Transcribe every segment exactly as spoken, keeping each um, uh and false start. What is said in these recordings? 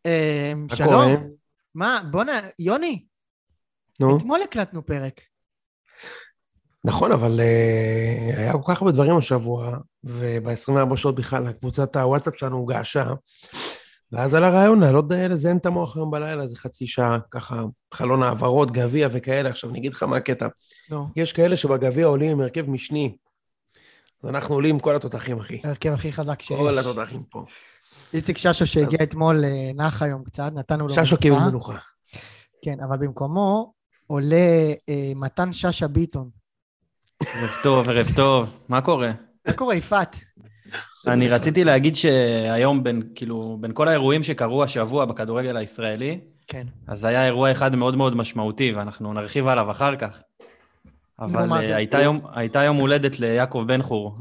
שלום. מה, בוא נ... יוני, נו. אתמול הקלטנו פרק. נכון, אבל uh, היה כל כך הרבה דברים השבוע, וב-עשרים וארבע שעות בכלל, הקבוצת הוואטסאפ שלנו געשה, ואז על הרעיון, לעלות לזיין את המוח היום בלילה, זה חצי שעה, ככה, חלון העברות, גביע וכאלה. עכשיו, אני אגיד לך מה הקטע. נו. יש כאלה שבגביע עולים עם הרכב משני, אז אנחנו עולים עם כל התותחים, אחי. הרכב הכי חזק שיש. כל התותחים פה. איציק ששו שהגיע אתמול נח היום קצת, נתנו לו ששו קיבל מנוחה. כן, אבל במקומו עולה אה, מתן ששה ביטון. ערב טוב, ערב טוב. מה קורה? מה קורה, יפעת? אני רציתי להגיד שהיום בין, כאילו, בין כל האירועים שקרו השבוע בכדורגל הישראלי, כן. אז היה אירוע אחד מאוד מאוד משמעותי, ואנחנו נרחיב עליו אחר כך. אבל הייתה יום, הייתה יום הולדת ליעקב בן חור,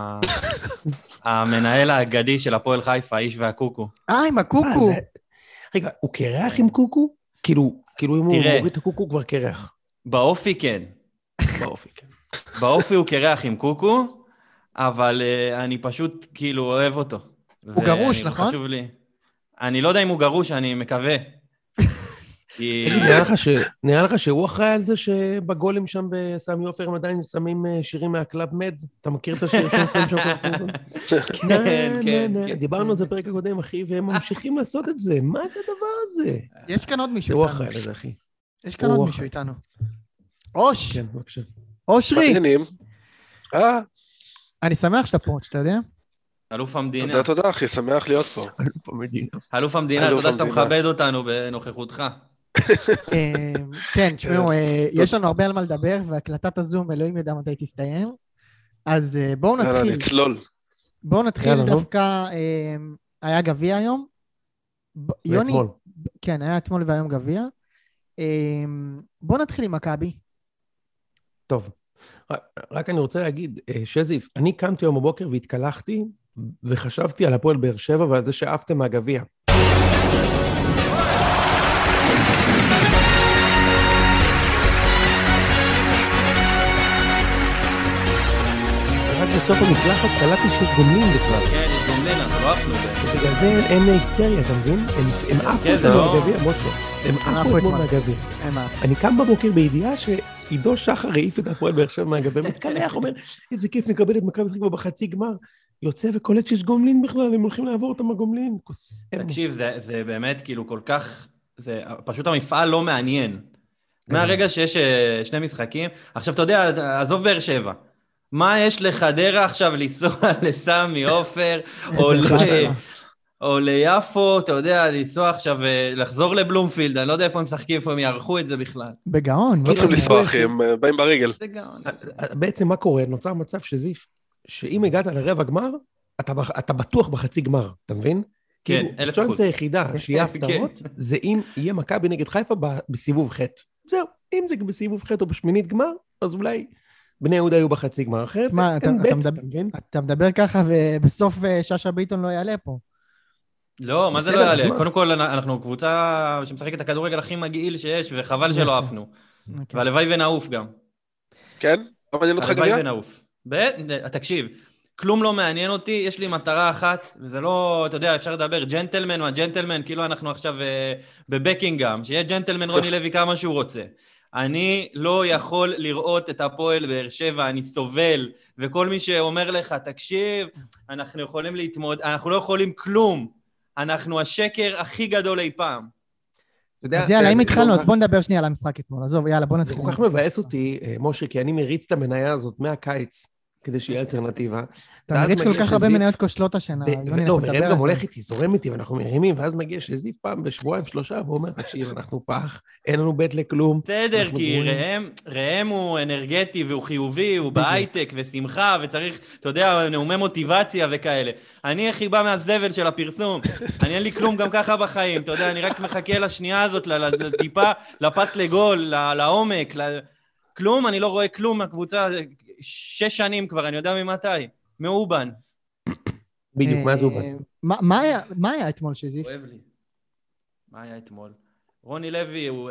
המנהל האגדי של הפועל חיפה, האיש והקוקו. אה, עם הקוקו. רגע, הוא קרח עם קוקו? כאילו, כאילו אם הוא מוריד את הקוקו כבר קרח. באופי כן. באופי כן. באופי הוא קרח עם קוקו, אבל uh, אני פשוט כאילו אוהב אותו. הוא גרוש, נכון? חשוב לי. אני לא יודע אם הוא גרוש, אני מקווה. נראה לך שהוא אחראי על זה שבגולים שם בסמי עופר הם עדיין שמים שירים מהקלאב מד? אתה מכיר את השיר שהם שמים שם כל סרטון? כן, כן. דיברנו על זה פרק הקודם, אחי, והם ממשיכים לעשות את זה. מה זה הדבר הזה? יש כאן עוד מישהו הוא איתנו. אחראי לזה, אחי. יש כאן עוד מישהו איתנו. אוש! כן, בבקשה. אושרי! מעניינים. אה. אני שמח שאתה פה, שאתה יודע? אלוף המדינה. תודה, תודה, אחי, שמח להיות פה. אלוף המדינה. אלוף המדינה, תודה שאתה מכבד אותנו בנוכחותך. כן, תשמעו, יש לנו הרבה על מה לדבר, והקלטת הזום, אלוהים יודע מתי תסתיים. אז בואו נתחיל. יאללה, נצלול. בואו נתחיל דווקא, היה גביע היום. ואתמול. כן, היה אתמול והיום גביע. בואו נתחיל עם מכבי. טוב. רק אני רוצה להגיד, שזיף, אני קמתי היום בבוקר והתקלחתי, וחשבתי על הפועל באר שבע ועל זה שאפתם מהגביע. רק בסוף המקלחת קלטתי שיש גומלין בכלל. כן, יש גומלין, אנחנו לא אפנו בהם. בגלל זה אין היסטריה, אתה מבין? הם עפו אתמול מהגביע, משה. הם עפו אתמול מהגביע. אני קם בבוקר בידיעה ש... עידו שחר העיף את הפועל באר שבע מהגביע, מתקלח, אומר, איזה כיף נקבל את מכבי פתח תקווה בחצי גמר, יוצא וקולט שיש גומלין בכלל, הם הולכים לעבור אותם הגומלין. תקשיב, זה, זה באמת כאילו כל כך, זה פשוט המפעל לא מעניין. מהרגע שיש שני משחקים, עכשיו אתה יודע, עזוב באר שבע, מה יש לחדרה עכשיו לנסוע לסמי עופר, או או ליפו, אתה יודע, לנסוע עכשיו, לחזור לבלומפילד, אני לא יודע איפה הם משחקים, איפה הם יערכו את זה בכלל. בגאון. לא צריכים לנסוע, אחי, הם באים ברגל. בעצם מה קורה? נוצר מצב שזיף, שאם הגעת לרבע גמר, אתה בטוח בחצי גמר, אתה מבין? כן, אלף אחוז. הצ'אנס היחידה שיהיה הפתעות, זה אם יהיה מכבי נגד חיפה בסיבוב חטא. זהו, אם זה בסיבוב חטא או בשמינית גמר, אז אולי בני יהודה היו בחצי גמר אחרת. אתה מדבר ככה ובסוף ששה ביטון לא יעלה פה. לא, מה זה לא יעלה? קודם כל, אנחנו קבוצה שמשחקת את הכדורגל הכי מגעיל שיש, וחבל שלא עפנו. והלוואי ונעוף גם. כן? לא מעניין אותך גביע? הלוואי ונעוף. תקשיב, כלום לא מעניין אותי, יש לי מטרה אחת, וזה לא, אתה יודע, אפשר לדבר ג'נטלמן או הג'נטלמן, כאילו אנחנו עכשיו בבקינגהם, שיהיה ג'נטלמן רוני לוי כמה שהוא רוצה. אני לא יכול לראות את הפועל באר שבע, אני סובל, וכל מי שאומר לך, תקשיב, אנחנו יכולים להתמוד, אנחנו לא יכולים כלום. אנחנו השקר הכי גדול אי פעם. אז יאללה, אם התחלנו, אז בוא נדבר שנייה על המשחק אתמול. עזוב, יאללה, בוא נתחיל. זה כל כך מבאס אותי, משה, כי אני מריץ את המניה הזאת מהקיץ, כדי שיהיה אלטרנטיבה. אתה מריץ כל כך הרבה מניות כושלות השנה. לא, ורב גם הולך איתי, זורם איתי, ואנחנו מרימים, ואז מגיע שזיף פעם בשבועיים שלושה, והוא אומר, תקשיב, אנחנו פח, אין לנו בית לכלום. בסדר, כי ראם הוא אנרגטי והוא חיובי, הוא בהייטק ושמחה, וצריך, אתה יודע, נאומי מוטיבציה וכאלה. אני הכי בא מהזבל של הפרסום. אני אין לי כלום גם ככה בחיים, אתה יודע, אני רק מחכה לשנייה הזאת, לטיפה, לפס לגול, לעומק, כלום, אני לא רואה כלום מהקבוצה, שש שנים כבר, אני יודע ממתי, מאובן. בדיוק, מה זה אובן? מה היה אתמול שזיף? אוהב לי. מה היה אתמול? רוני לוי הוא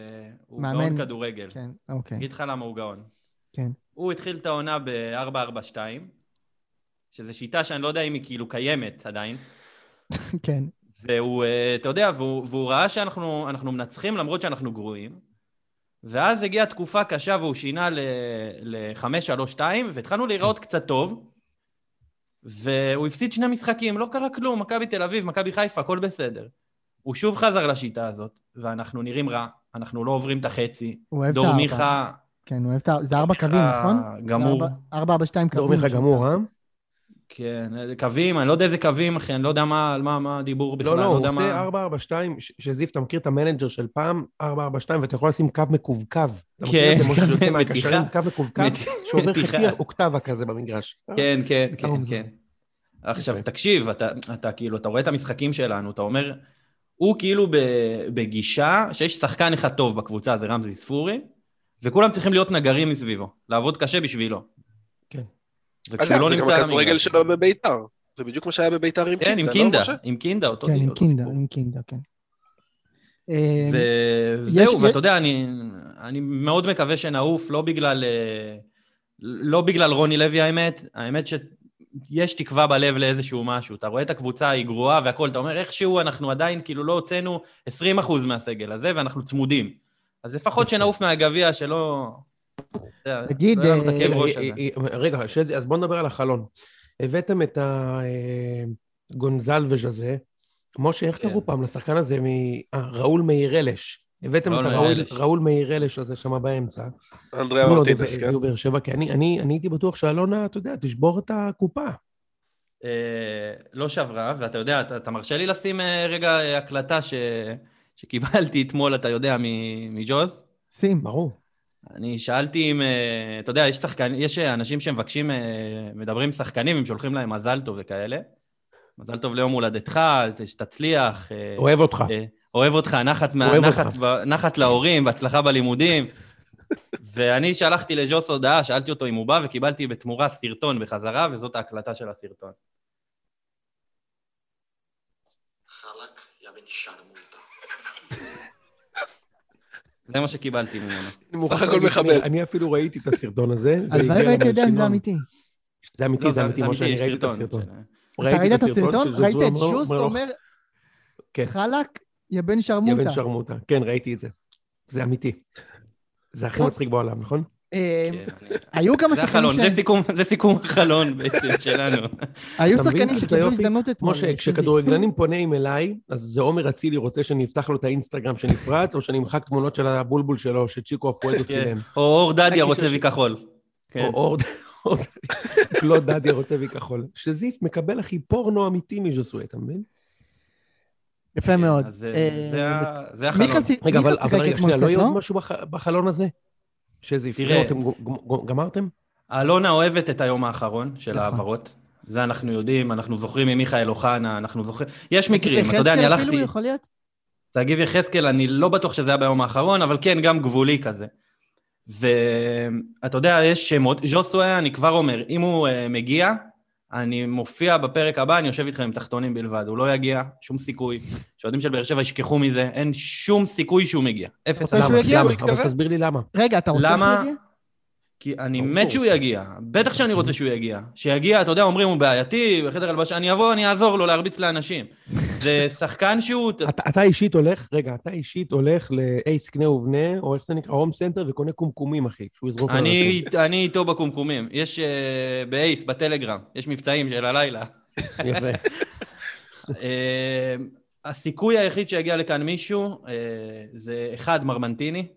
גאון כדורגל. כן, אוקיי. אגיד לך למה הוא גאון. כן. הוא התחיל את העונה ב-ארבע ארבע שתיים, שזו שיטה שאני לא יודע אם היא כאילו קיימת עדיין. כן. והוא, אתה יודע, והוא, והוא ראה שאנחנו אנחנו מנצחים למרות שאנחנו גרועים, ואז הגיעה תקופה קשה והוא שינה ל-חמש שלוש שתיים, והתחלנו להיראות קצת טוב, והוא הפסיד שני משחקים, לא קרה כלום, מכבי תל אביב, מכבי חיפה, הכל בסדר. הוא שוב חזר לשיטה הזאת, ואנחנו נראים רע, אנחנו לא עוברים את החצי. דור מיכה... כן, הוא אוהב את ה... זה ארבע קווים, נכון? גמור. ארבע, ארבע, שתיים קווים. דור מיכה גמור, אה? כן, קווים, אני לא יודע איזה קווים, אחי, אני לא יודע מה, מה, מה הדיבור בכלל. לא, לא, הוא עושה ארבע ארבע שתיים, שזיף, אתה מכיר את המנג'ר של פעם, ארבע ארבע שתיים, ואתה יכול לשים קו מקווקו. כן, מתיחה. קו מקווקו, שעובר חצי אוקטבה כזה במגרש. כן, כן, כן, כן. עכשיו, תקשיב, אתה כאילו, אתה רואה את המשחקים שלנו, אתה אומר, הוא כאילו בגישה שיש שחקן אחד טוב בקבוצה, זה רמזי ספורי, וכולם צריכים להיות נגרים מסביבו, לעבוד קשה בשבילו. כן. וכשהוא לא נמצא על המגרש. רגל שלו בביתר, זה בדיוק מה שהיה בביתר עם קינדה. כן, עם קינדה, עם קינדה, אותו סיפור. כן, עם קינדה, עם קינדה, כן. וזהו, ואתה יודע, אני מאוד מקווה שנעוף, לא בגלל, לא בגלל רוני לוי האמת, האמת שיש תקווה בלב לאיזשהו משהו, אתה רואה את הקבוצה, היא גרועה והכל, אתה אומר איכשהו אנחנו עדיין כאילו לא הוצאנו עשרים אחוז מהסגל הזה, ואנחנו צמודים. אז לפחות שנעוף מהגביע שלא... תגיד... רגע, אז בוא נדבר על החלון. הבאתם את הגונזלבז' הזה, כמו שאיך קראו פעם לשחקן הזה, ראול מאירלש. הבאתם את ראול מאירלש הזה שם באמצע. אנדריאה מרטינס, כן. כי אני הייתי בטוח שאלונה, אתה יודע, תשבור את הקופה. לא שברה, ואתה יודע, אתה מרשה לי לשים רגע הקלטה שקיבלתי אתמול, אתה יודע, מג'וז? שים, ברור. אני שאלתי אם, אתה יודע, יש שחקן, יש אנשים שמבקשים, מדברים עם שחקנים, הם שולחים להם מזל טוב וכאלה. מזל טוב ליום הולדתך, שתצליח. אוהב אותך. אוהב אותך, נחת, נחת, נחת להורים, בהצלחה בלימודים. ואני שלחתי לג'וס הודעה, שאלתי אותו אם הוא בא, וקיבלתי בתמורה סרטון בחזרה, וזאת ההקלטה של הסרטון. חלק, יא בן שרמוטה. זה מה שקיבלתי ממנו. אני אפילו ראיתי את הסרטון הזה. הלוואי והייתי יודע אם זה אמיתי. זה אמיתי, זה אמיתי, משה, אני ראיתי את הסרטון. אתה ראית את הסרטון? ראית את שוס אומר, חלק, יא בן שרמוטה. יא בן שרמוטה, כן, ראיתי את זה. זה אמיתי. זה הכי מצחיק בעולם, נכון? היו כמה שחקנים זה סיכום החלון בעצם שלנו. היו שחקנים שקיבלו הזדמנות אתמול. משה, כשכדורגלנים פונים אליי, אז זה עומר אצילי רוצה שאני אפתח לו את האינסטגרם שנפרץ, או שאני אמחק תמונות של הבולבול שלו, שצ'יקו אפואדו צילם. או אור דדיה רוצה וכחול. או אור דדיה. לא דדיה רוצה וכחול. שזיף מקבל הכי פורנו אמיתי מז'וסוי, אתה מבין? יפה מאוד. זה החלון. רגע, אבל רגע, שנייה, לא יהיה עוד משהו בחלון הזה? שזיף, אתם גמרתם? אלונה אוהבת את היום האחרון של העברות. זה אנחנו יודעים, אנחנו זוכרים ממיכאל אוחנה, אנחנו זוכרים... יש מקרים, אתה יודע, אני הלכתי... אפילו יכול להיות? תגיב יחזקאל, אני לא בטוח שזה היה ביום האחרון, אבל כן, גם גבולי כזה. ואתה יודע, יש שמות, ז'וסווה, אני כבר אומר, אם הוא מגיע, אני מופיע בפרק הבא, אני יושב איתכם עם תחתונים בלבד, הוא לא יגיע, שום סיכוי. שעודים של באר שבע ישכחו מזה, אין שום סיכוי שהוא מגיע. אפס. למה? אבל תסביר לי למה. רגע, אתה רוצה שהוא יגיע? כי אני מת שהוא יגיע, בטח שאני רוצה שהוא יגיע. שיגיע, אתה יודע, אומרים, הוא בעייתי, בחדר הלבשה, אני אבוא, אני אעזור לו להרביץ לאנשים. זה שחקן שהוא... אתה אישית הולך, רגע, אתה אישית הולך לאייס קנה ובנה, או איך זה נקרא, הום סנטר, וקונה קומקומים, אחי, שהוא יזרוק על אנשים. אני איתו בקומקומים. יש באייס, בטלגרם, יש מבצעים של הלילה. יפה. הסיכוי היחיד שיגיע לכאן מישהו, זה אחד, מרמנטיני,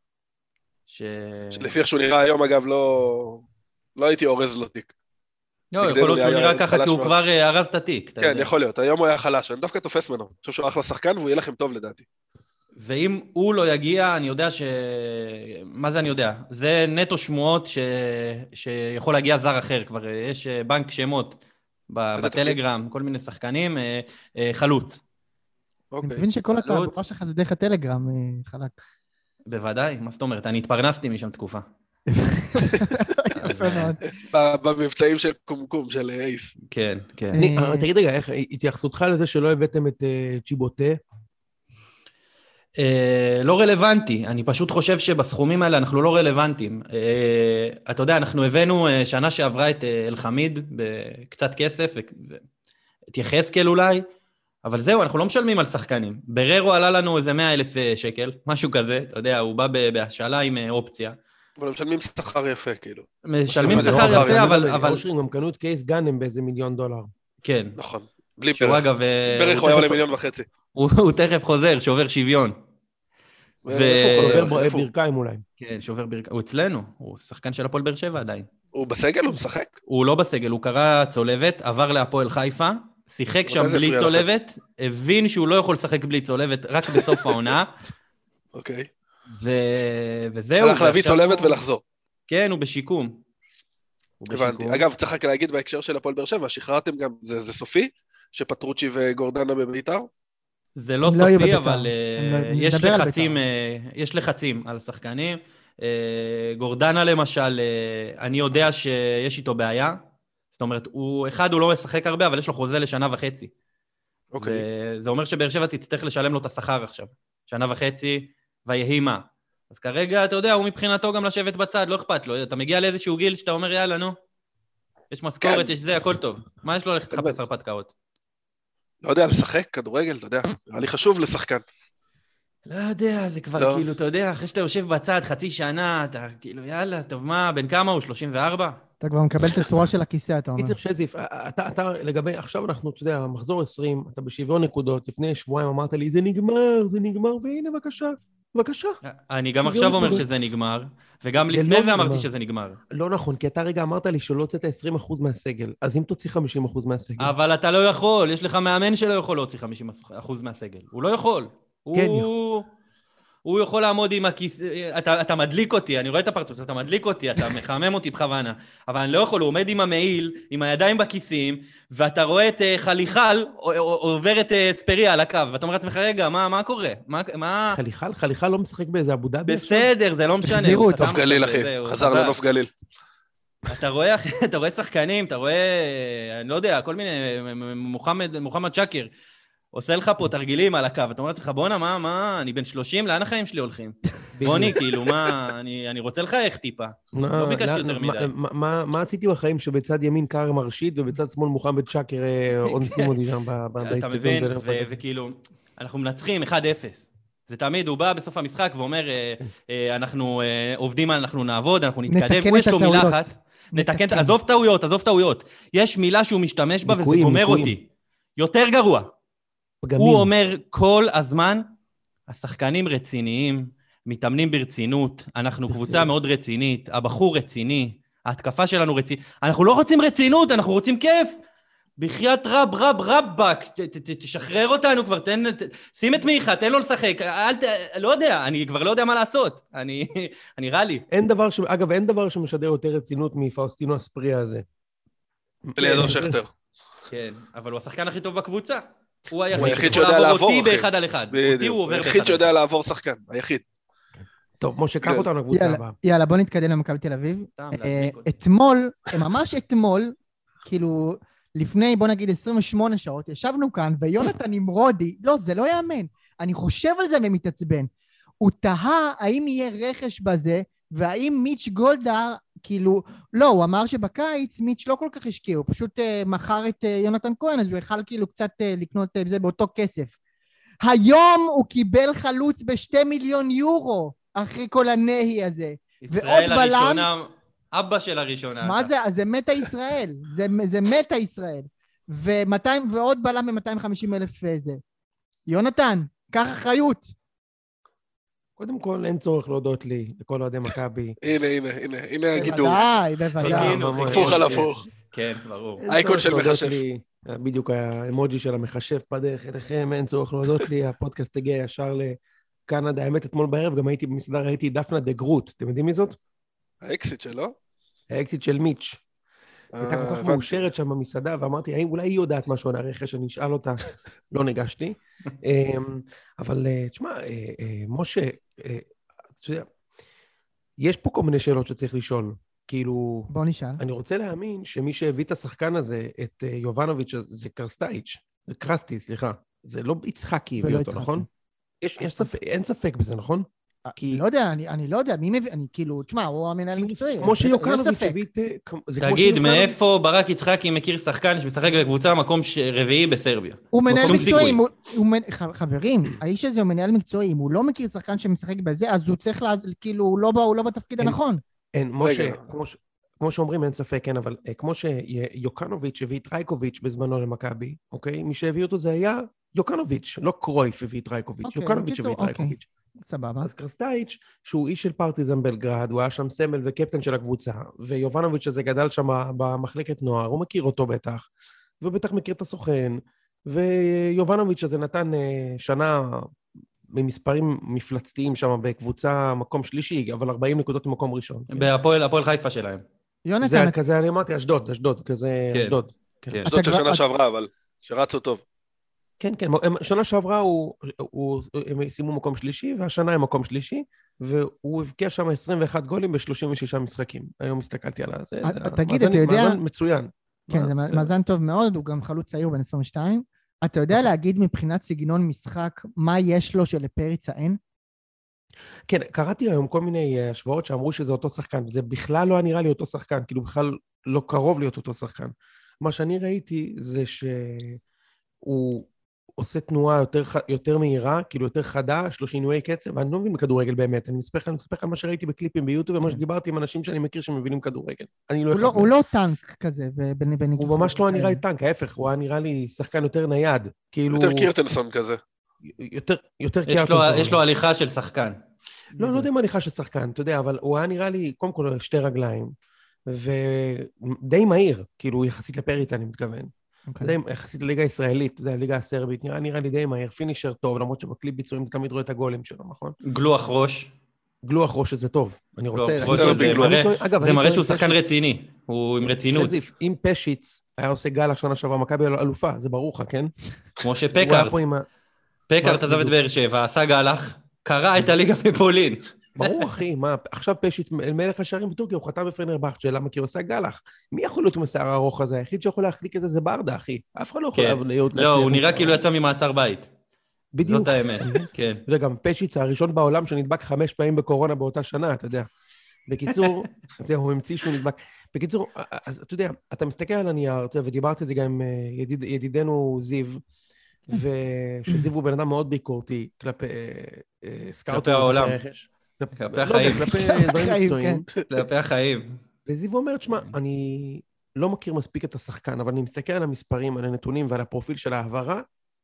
שלפי איך שהוא נראה היום, אגב, לא הייתי אורז לו תיק. לא, יכול להיות שהוא נראה ככה, כי הוא כבר הרז את התיק. כן, יכול להיות, היום הוא היה חלש, אני דווקא תופס ממנו, אני חושב שהוא אחלה שחקן, והוא יהיה לכם טוב לדעתי. ואם הוא לא יגיע, אני יודע ש... מה זה אני יודע? זה נטו שמועות שיכול להגיע זר אחר, כבר יש בנק שמות בטלגרם, כל מיני שחקנים, חלוץ. אני מבין שכל התעבורה שלך זה דרך הטלגרם, חלק. בוודאי, מה זאת אומרת? אני התפרנסתי משם תקופה. יפה מאוד. במבצעים של קומקום, של אייס. כן, כן. תגיד רגע, איך התייחסותך לזה שלא הבאתם את צ'יבוטה? לא רלוונטי, אני פשות חושב שבסכומים האלה אנחנו לא רלוונטיים. אתה יודע, אנחנו הבאנו שנה שעברה את אלחמיד בקצת כסף, את יחזקאל אולי, אבל זהו, אנחנו לא משלמים על שחקנים. בררו עלה לנו איזה מאה אלף שקל, משהו כזה, אתה יודע, הוא בא בהשאלה עם אופציה. אבל משלמים שכר יפה, כאילו. משלמים שכר יפה, אבל... אושרים גם קנו את קייס גאנם באיזה מיליון דולר. כן. נכון. בלי ברך. ברך הוא היה עולה מיליון וחצי. הוא תכף חוזר, שובר שוויון. שובר ברכיים אולי. כן, שובר ברכיים. הוא אצלנו, הוא שחקן של הפועל באר שבע עדיין. הוא בסגל? הוא משחק? הוא לא בסגל, הוא קרא צולבת, עבר להפועל חיפה, שיחק שם בלי צולבת, הבין שהוא לא יכול לשחק בלי צולבת רק בסוף העונה. אוקיי. וזהו. הלך להביא צולבת ולחזור. כן, הוא בשיקום. הבנתי. אגב, צריך רק להגיד בהקשר של הפועל באר שבע, שחררתם גם, זה סופי? שפטרוצ'י וגורדנה בביתר? זה לא סופי, אבל יש לחצים, יש לחצים על השחקנים. גורדנה למשל, אני יודע שיש איתו בעיה. זאת אומרת, הוא, אחד, הוא לא משחק הרבה, אבל יש לו חוזה לשנה וחצי. אוקיי. זה אומר שבאר שבע תצטרך לשלם לו את השכר עכשיו. שנה וחצי, ויהי מה. אז כרגע, אתה יודע, הוא מבחינתו גם לשבת בצד, לא אכפת לו. אתה מגיע לאיזשהו גיל שאתה אומר, יאללה, נו. יש משכורת, יש זה, הכל טוב. מה יש לו ללכת לחפש הרפתקאות? לא יודע, לשחק, כדורגל, אתה יודע. היה לי חשוב לשחקן. לא יודע, זה כבר כאילו, אתה יודע, אחרי שאתה יושב בצד חצי שנה, אתה כאילו, יאללה, טוב מה, בן כמה הוא? שלושים וארבע? אתה כבר מקבל את הצורה של הכיסא, אתה אומר. קיצר שזיף, אתה, אתה, לגבי, עכשיו אנחנו, אתה יודע, מחזור עשרים, אתה בשוויון נקודות, לפני שבועיים אמרת לי, זה נגמר, זה נגמר, והנה, בבקשה, בבקשה. אני גם עכשיו אומר שזה נגמר, וגם לפני זה אמרתי שזה נגמר. לא נכון, כי אתה רגע אמרת לי שלא הוצאת עשרים אחוז מהסגל, אז אם תוציא חמישים אחוז מהסגל. אבל אתה לא יכול, יש לך מאמן שלא יכול להוציא חמישים אחוז מהסגל. הוא לא יכול. כן, הוא... הוא יכול לעמוד עם הכיס... אתה, אתה מדליק אותי, אני רואה את הפרצוף, אתה מדליק אותי, אתה מחמם אותי בכוונה, אבל אני לא יכול, הוא עומד עם המעיל, עם הידיים בכיסים, ואתה רואה את חליחל, עובר את ספריה על הקו, ואתה אומר לעצמך, רגע, מה, מה קורה? מה, מה... חליחל? חליחל לא משחק באיזה אבו דאבי עכשיו? בסדר, זה לא משנה. החזירו אותו. נוף גליל, אחי, חזר לנוף גליל. אתה רואה, אתה רואה שחקנים, אתה רואה, אני לא יודע, כל מיני, מוחמד, מוחמד שקר, עושה לך פה תרגילים על הקו, אתה אומר לך, בונה, מה, מה, אני בן שלושים, לאן החיים שלי הולכים? בוני, כאילו, מה, אני, אני רוצה לחייך טיפה. לא ביקשתי יותר מדי. מה עשיתי בחיים שבצד ימין קאר מרשיד, ובצד שמאל מוחמד שקר אונסים אותי שם באיצטדיון? אתה מבין, וכאילו, אנחנו מנצחים אחד אפס. זה תמיד, הוא בא בסוף המשחק ואומר, אנחנו עובדים, אנחנו נעבוד, אנחנו נתקדם, יש לו מילה אחת. נתקן, עזוב טעויות, עזוב טעויות. יש מילה שהוא משתמש בה וזה גומר אותי. יותר גרוע. הוא אומר כל הזמן, השחקנים רציניים, מתאמנים ברצינות, אנחנו קבוצה מאוד רצינית, הבחור רציני, ההתקפה שלנו רצינית, אנחנו לא רוצים רצינות, אנחנו רוצים כיף, בחיית רב רב רבק, תשחרר אותנו כבר, תן, שים את מיכה, תן לו לשחק, אל ת... לא יודע, אני כבר לא יודע מה לעשות, אני, אני רע לי. אין דבר ש... אגב, אין דבר שמשדר יותר רצינות מפאוסטינו אספריה הזה. לידור שכטר. כן, אבל הוא השחקן הכי טוב בקבוצה. הוא היחיד שיודע לעבור אותי באחד על אחד. אותי הוא עובר באחד. היחיד שיודע לעבור שחקן, היחיד. טוב, משה, קח אותנו לקבוצה הבאה. יאללה, בוא נתקדם למכבי תל אביב. אתמול, ממש אתמול, כאילו, לפני, בוא נגיד, עשרים ושמונה שעות, ישבנו כאן, ויונתן נמרודי, לא, זה לא יאמן. אני חושב על זה ומתעצבן. הוא תהה האם יהיה רכש בזה, והאם מיץ' גולדהר, כאילו, לא, הוא אמר שבקיץ מיץ' לא כל כך השקיע, הוא פשוט uh, מכר את uh, יונתן כהן, אז הוא יכל כאילו קצת uh, לקנות uh, זה באותו כסף. היום הוא קיבל חלוץ בשתי מיליון יורו, אחרי כל הנהי הזה. ישראל הראשונה, בלם, אבא של הראשונה. מה זה? זה מטה ישראל, זה, זה מטה ישראל. ו-מאתיים, ועוד בלם ב-מאתיים וחמישים אלף זה. יונתן, קח אחריות. קודם כל, אין צורך להודות לי, לכל אוהדי מכבי. הנה, הנה, הנה, הנה הגידור. בוודאי, בוודאי. הפוך על הפוך. כן, ברור. אייקון של מחשב. בדיוק האמוג'י של המחשב בדרך אליכם, אין צורך להודות לי, הפודקאסט הגיע ישר לקנדה. האמת, אתמול בערב גם הייתי במסעדה, ראיתי דפנה דה גרוט, אתם יודעים מי זאת? האקסיט שלו? האקסיט של מיץ'. הייתה כל כך מאושרת שם במסעדה, ואמרתי, האם אולי היא יודעת משהו על הרכש, אני אשאל אותה, לא ניגשתי. אבל, תשמע, משה, יש פה כל מיני שאלות שצריך לשאול. כאילו... בוא נשאל. אני רוצה להאמין שמי שהביא את השחקן הזה, את יובנוביץ', זה קרסטייץ', זה קרסטי, סליחה. זה לא יצחקי הביא אותו, נכון? אין ספק בזה, נכון? אני לא יודע, אני לא יודע, מי מביא, אני כאילו, תשמע, הוא המנהל מקצועי. כמו שיוקנוביץ' הביא... תגיד, מאיפה ברק יצחקי מכיר שחקן שמשחק בקבוצה מקום רביעי בסרביה? הוא מנהל מקצועי, חברים, האיש הזה הוא מנהל מקצועי, אם הוא לא מכיר שחקן שמשחק בזה, אז הוא צריך, כאילו, הוא לא בתפקיד הנכון. אין, משה, כמו שאומרים, אין ספק, כן, אבל כמו שיוקנוביץ' הביא את רייקוביץ' בזמנו למכבי, אוקיי? מי שהביא אותו זה היה יוקנוביץ', לא קרויף הביא את רייקוביץ', יוקנוביץ' הביא את רייקוביץ'. סבבה. אז קרסטייץ', שהוא איש של פרטיזן בלגרד, הוא היה שם סמל וקפטן של הקבוצה, ויובנוביץ' הזה גדל שם במחלקת נוער, הוא מכיר אותו בטח, והוא בטח מכיר את הסוכן, ויובנוביץ' הזה נתן שנה במספרים מפלצתיים שם בקבוצה מקום שלישי, אבל ארבעים נקודות במקום ראשון. בהפועל, הפועל חיפה שלהם. זה כזה, אני אמרתי, אשדוד, אשדוד, כזה אשדוד. אשדוד של שנה שעברה, אבל שרצו טוב. כן, כן, שנה שעברה הוא, הוא, הם שימו מקום שלישי, והשנה הם מקום שלישי, והוא הבקיע שם עשרים ואחד גולים ב-שלושים ושישה משחקים. היום הסתכלתי על זה. תגיד, אתה יודע... מאזן מצוין. כן, זה מאזן טוב מאוד, הוא גם חלוץ צעיר בן עשרים ושתיים. אתה יודע להגיד מבחינת סגנון משחק, מה יש לו שלפריצה אין? כן, קראתי היום כל מיני השוואות שאמרו שזה אותו שחקן, וזה בכלל לא נראה לי אותו שחקן, כאילו בכלל לא קרוב להיות אותו שחקן. מה שאני ראיתי זה שהוא עושה תנועה יותר, יותר מהירה, כאילו יותר חדה, יש לו שינויי קצב, ואני לא מבין בכדורגל באמת, אני מספר לך מה שראיתי בקליפים ביוטיוב, ומה שדיברתי עם אנשים שאני מכיר שמבינים כדורגל. אני לא הוא לא טנק כזה, הוא ממש לא נראה לי טנק, ההפך, הוא נראה לי שחקן יותר נייד, כאילו... יותר קירטנסון כזה. יותר, יותר קירטנסון. יש לו הליכה של שחקן. לא, לא יודע מה הליכה של שחקן, אתה יודע, אבל הוא היה נראה לי, קודם כל, שתי רגליים, ודי מהיר, כאילו, יחסית לפריצה, אני מתכוון. יחסית לליגה הישראלית, אתה יודע, הליגה הסרבית, נראה, נראה לי די מהיר, פינישר טוב, למרות שבקליפ ביצועים אתה תמיד רואה את הגולים שלו, נכון? גלוח ראש. גלוח ראש שזה טוב. אני רוצה... זה מראה שהוא שחקן רציני, הוא עם רצינות. אם פשיץ היה עושה גל שנה שעברה, מכבי אלופה, זה ברור לך, כן? כמו שפקארט. פקארט עזב את באר שבע, עשה גלח, קרא את הליגה בפולין. ברור, אחי, מה, עכשיו פשיט מלך השערים בטורקיה, הוא חתם בפנרבכצ'ה, למה? כי הוא עושה גלח. מי יכול להיות עם השיער הארוך הזה? היחיד שיכול להחליק את זה זה ברדה, אחי. אף אחד לא יכול להיות... לא, הוא נראה כאילו יצא ממעצר בית. בדיוק. זאת האמת, כן. וגם פשיט הראשון בעולם שנדבק חמש פעמים בקורונה באותה שנה, אתה יודע. בקיצור, הוא המציא שהוא נדבק. בקיצור, אז אתה יודע, אתה מסתכל על הנייר, ודיברתי את זה גם עם ידידנו זיו, ושזיו הוא בן אדם מאוד ביקורתי כלפי סקאוט העולם. כלפי החיים. כלפי דברים מקצועיים. כלפי החיים. וזיו אומר, תשמע, אני לא מכיר מספיק את השחקן, אבל אני מסתכל על המספרים, על הנתונים ועל הפרופיל של העברה,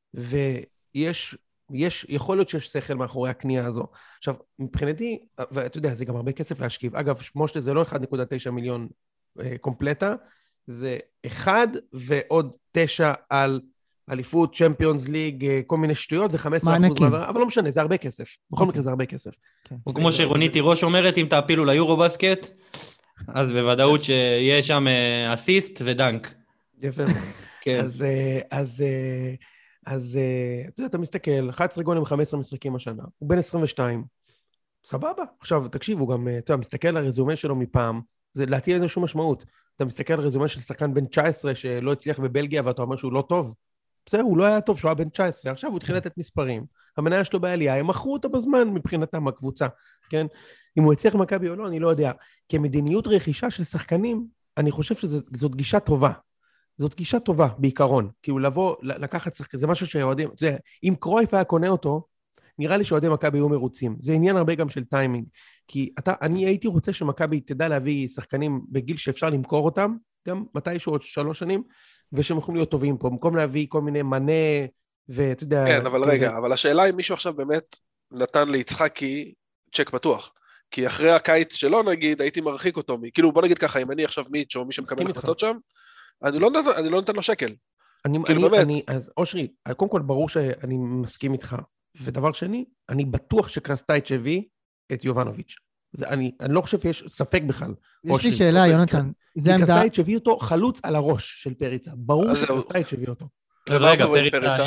ויש, יש, יכול להיות שיש שכל מאחורי הקנייה הזו. עכשיו, מבחינתי, ואתה יודע, זה גם הרבה כסף להשכיב. אגב, מושלה זה לא אחד נקודה תשע מיליון קומפלטה, זה אחד ועוד תשע על אליפות, צ'מפיונס ליג, כל מיני שטויות, ו-חמישה עשר אחוז מעברה, אבל לא משנה, זה הרבה כסף. בכל מקרה זה הרבה כסף. כמו שרונית תירוש אומרת, אם תעפילו ליורו-בסקט, אז בוודאות שיהיה שם אסיסט ודנק. יפה. אז, אז, אז, אתה יודע, אתה מסתכל, אחד עשר גולים, חמישה עשר משחקים השנה, הוא בן עשרים ושתיים, סבבה. עכשיו, תקשיב, הוא גם, אתה יודע, מסתכל על הרזומה שלו מפעם, זה להטיל אין שום משמעות. אתה מסתכל על רזומה של שחקן בן תשע עשרה שלא הצליח בבלגיה, ואתה אומר שהוא לא טוב. בסדר, הוא לא היה טוב, שהוא היה בן תשע עשרה, עכשיו הוא התחיל לתת מספרים, המניה שלו בעלייה, הם מכרו אותו בזמן מבחינתם הקבוצה, כן? אם הוא הצליח מכבי או לא, אני לא יודע. כמדיניות רכישה של שחקנים, אני חושב שזאת גישה טובה. זאת גישה טובה, בעיקרון. כאילו לבוא, לקחת שחקן, זה משהו שהיועדים, אתה יודע, אם קרויף היה קונה אותו, נראה לי שהיועדי מכבי היו מרוצים. זה עניין הרבה גם של טיימינג. כי אתה, אני הייתי רוצה שמכבי תדע להביא שחקנים בגיל שאפשר למכור אותם, גם מתישהו עוד שלוש שנים, ושהם יכולים להיות טובים פה, במקום להביא כל מיני מנה, ואתה יודע... כן, אבל רגע, אבל השאלה אם מישהו עכשיו באמת נתן ליצחקי צ'ק פתוח, כי אחרי הקיץ שלו נגיד, הייתי מרחיק אותו, כאילו בוא נגיד ככה, אם אני עכשיו מיץ' או מי שמקבל החלטות שם, אני לא נותן, אני לא נותן לו שקל. אני, כאילו אני, באמת. אני, אז אושרי, קודם כל ברור שאני מסכים איתך, ודבר שני, אני בטוח שקרסטייץ' הביא את יובנוביץ'. זה, אני, אני לא חושב שיש ספק בכלל. יש לי שאלה, יונתן. כי קרסטייץ' הביא אותו חלוץ על הראש של פריצה. ברור שקרסטייץ' הביא אותו. רגע, פריצה,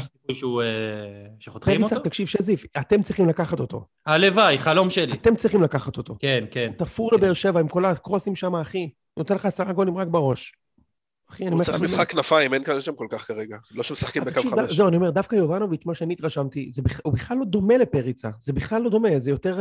שחותכים אותו? פריצה, תקשיב שזיף, אתם צריכים לקחת אותו. הלוואי, חלום שלי. אתם צריכים לקחת אותו. כן, כן. הוא תפור לבאר שבע עם כל הקרוסים שם, אחי. נותן לך עשרה גולים רק בראש. הוא צריך משחק כנפיים, אין כאן שם כל כך כרגע. לא שמשחקים בקו חמש. זהו, אני אומר, דווקא יובנוביץ', מה שאני התרשמתי, הוא בכלל לא דומה לפריצה. זה בכלל לא דומה, זה יותר,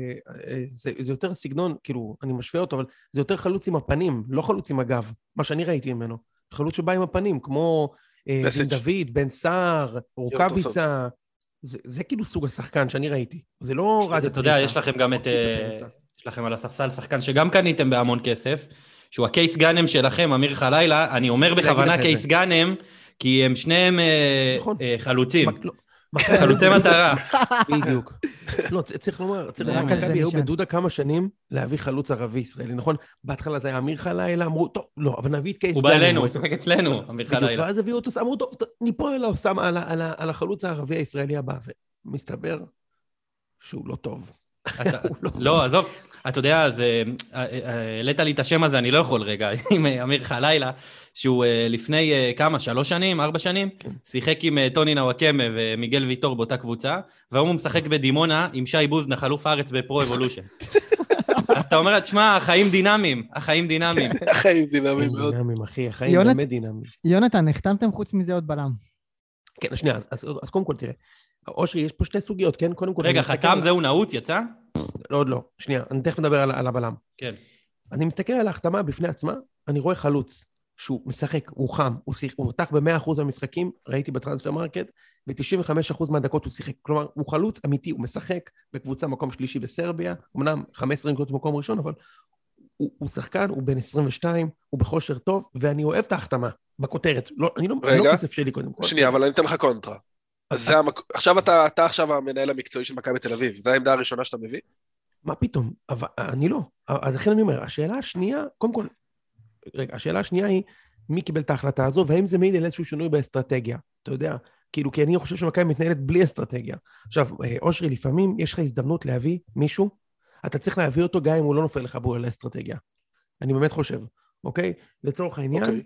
זה יותר סגנון, כאילו, אני משווה אותו, אבל זה יותר חלוץ עם הפנים, לא חלוץ עם הגב, מה שאני ראיתי ממנו. חלוץ שבא עם הפנים, כמו דין דוד, בן סער, רוקביצה. זה כאילו סוג השחקן שאני ראיתי. זה לא רק... אתה יודע, יש לכם גם את... יש לכם על הספסל שחקן שגם קניתם בהמון כסף, שהוא הקייס גאנם שלכם, אמיר חלילה, אני אומר בכוונה קייס גאנם, כי הם שניהם חלוצים. חלוצי מטרה. בדיוק. לא, צריך לומר, צריך לומר, מכבי היו בדודה כמה שנים להביא חלוץ ערבי ישראלי, נכון? בהתחלה זה היה אמיר חלילה, אמרו, טוב, לא, אבל נביא את קייס גאנם. הוא בא אלינו, הוא שוחק אצלנו, אמיר חלילה. ואז הביאו אותו, אמרו, טוב, ניפול אליו, שם על החלוץ הערבי הישראלי הבא, ומסתבר שהוא לא טוב. לא, עזוב, אתה יודע, אז העלית לי את השם הזה, אני לא יכול רגע, עם אמיר חלילה, שהוא לפני כמה, שלוש שנים, ארבע שנים, שיחק עם טוני נוואקמה ומיגל ויטור באותה קבוצה, והוא משחק בדימונה עם שי בוזנה, חלוף הארץ בפרו אבולושן. אז אתה אומר, תשמע, החיים דינמיים, החיים דינמיים. החיים דינמיים מאוד. דינמיים, אחי, החיים באמת דינמיים. יונתן, נחתמתם חוץ מזה עוד בלם. כן, שנייה, אז קודם כל תראה. אושרי, יש פה שתי סוגיות, כן? קודם כל... רגע, חתם זהו נעוץ, יצא? לא, עוד לא. שנייה, אני תכף מדבר על, על הבלם. כן. אני מסתכל על ההחתמה בפני עצמה, אני רואה חלוץ שהוא משחק, הוא חם, הוא, שיח, הוא מתח ב-מאה אחוז מהמשחקים, ראיתי בטרנספר מרקט, ו-תשעים וחמישה אחוז מהדקות הוא שיחק. כלומר, הוא חלוץ אמיתי, הוא משחק בקבוצה מקום שלישי בסרביה, אמנם חמש עשרה נקודות במקום ראשון, אבל הוא, הוא שחקן, הוא בן עשרים ושתיים, הוא בכושר טוב, ואני אוהב את ההחתמה בכותרת. לא, אני לא, רגע, לא כסף שלי קודם כל. שנייה, אבל אני אתן לך קונטרה. אז זה המק... עכשיו אתה, אתה עכשיו המנהל המקצועי של מכבי תל אביב, זו העמדה הראשונה שאתה מביא? מה פתאום? אבל אני לא. אז לכן אני אומר, השאלה השנייה, קודם כל, רגע, השאלה השנייה היא, מי קיבל את ההחלטה הזו, והאם זה מעיד על איזשהו שינוי באסטרטגיה? אתה יודע, כאילו, כי אני חושב שמכבי מתנהלת בלי אסטרטגיה. עכשיו, אושרי, לפעמים יש לך הזדמנות להביא מישהו, אתה צריך להביא אותו גם אם הוא לא נופל לך בו על האסטרטגיה. אני באמת חושב. אוקיי? לצורך העניין,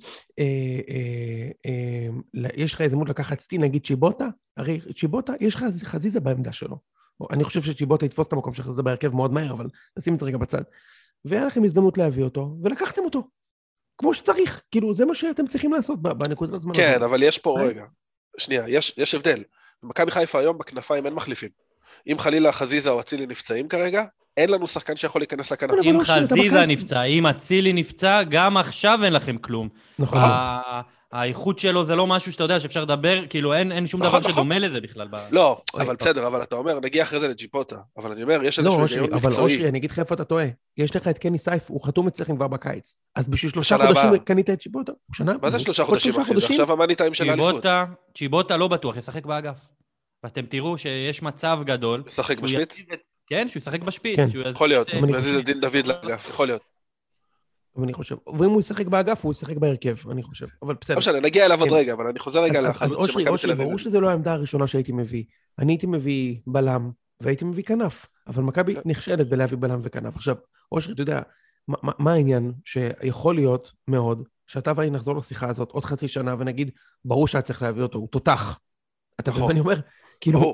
יש לך הזדמנות לקחת סטין, נגיד צ'יבוטה, הרי צ'יבוטה, יש לך חזיזה בעמדה שלו. אני חושב שצ'יבוטה יתפוס את המקום שחזיזה בהרכב מאוד מהר, אבל נשים את זה רגע בצד. והיה לכם הזדמנות להביא אותו, ולקחתם אותו. כמו שצריך, כאילו, זה מה שאתם צריכים לעשות בנקודת הזמן הזה. כן, אבל יש פה רגע. שנייה, יש הבדל. במכבי חיפה היום בכנפיים אין מחליפים. אם חלילה חזיזה או אצילי נפצעים כרגע, אין לנו שחקן שיכול להיכנס לכנף. אם חזיזה נפצע, אם אצילי נפצע, גם עכשיו אין לכם כלום. נכון. האיכות שלו זה לא משהו שאתה יודע שאפשר לדבר, כאילו אין שום דבר שדומה לזה בכלל. לא, אבל בסדר, אבל אתה אומר, נגיע אחרי זה לג'יפוטה, אבל אני אומר, יש איזשהו היגיון מקצועי. אבל אושרי, אני אגיד לך איפה אתה טועה. יש לך את קני סייף, הוא חתום אצלכם כבר בקיץ. אז בשביל שלושה חודשים קנית את צ'יבוטה? מה זה שלושה חודשים אחרי? עכשיו המאניטיים של האליפות. צ'יבוטה לא בטוח, ישחק באגף. ואתם תראו שיש מצב גדול. ישחק בשפיץ? כן, שהוא ישחק בשפיץ. יכול להיות, וזה דין דוד לאגף, יכול להיות. אני חושב, ואם הוא ישחק באגף, הוא ישחק בהרכב, אני חושב, אבל בסדר. לא משנה, נגיע אליו עוד רגע, אבל אני חוזר רגע לחלוץ של מכבי תל אביב. אז אושרי, ברור שזה לא העמדה הראשונה שהייתי מביא. אני הייתי מביא בלם, והייתי מביא כנף, אבל מכבי נכשלת בלהביא בלם וכנף. עכשיו, אושרי, אתה יודע, מה העניין שיכול להיות מאוד, שאתה ואני נחזור לשיחה הזאת עוד חצי שנה, ונגיד, ברור שאת צריך להביא אותו, הוא תותח. אתה מבין מה אני אומר? כאילו,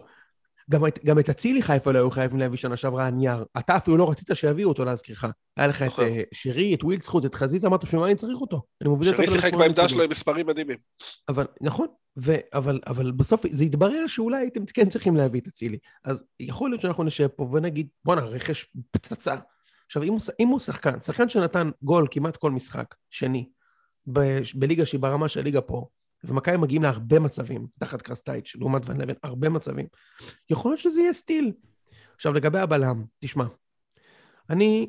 גם את אצילי חיפה לא היו חייבים להביא שנה שעברה נייר. אתה אפילו לא רצית שיביאו אותו להזכירך. היה לך את שירי, את ווילדסחוט, את חזיזה, אמרת שמה אני צריך אותו. שירי שיחק בעמדה שלו עם מספרים מדהימים. אבל, נכון, אבל בסוף זה התברר שאולי הייתם כן צריכים להביא את אצילי. אז יכול להיות שאנחנו נשב פה ונגיד, בוא נרכש פצצה. עכשיו, אם הוא שחקן, שחקן שנתן גול כמעט כל משחק, שני, בליגה שהיא ברמה של ליגה פה, ומכבי מגיעים להרבה מצבים, תחת קרסטייץ', לעומת ון לבן, הרבה מצבים. יכול להיות שזה יהיה סטיל. עכשיו, לגבי הבלם, תשמע, אני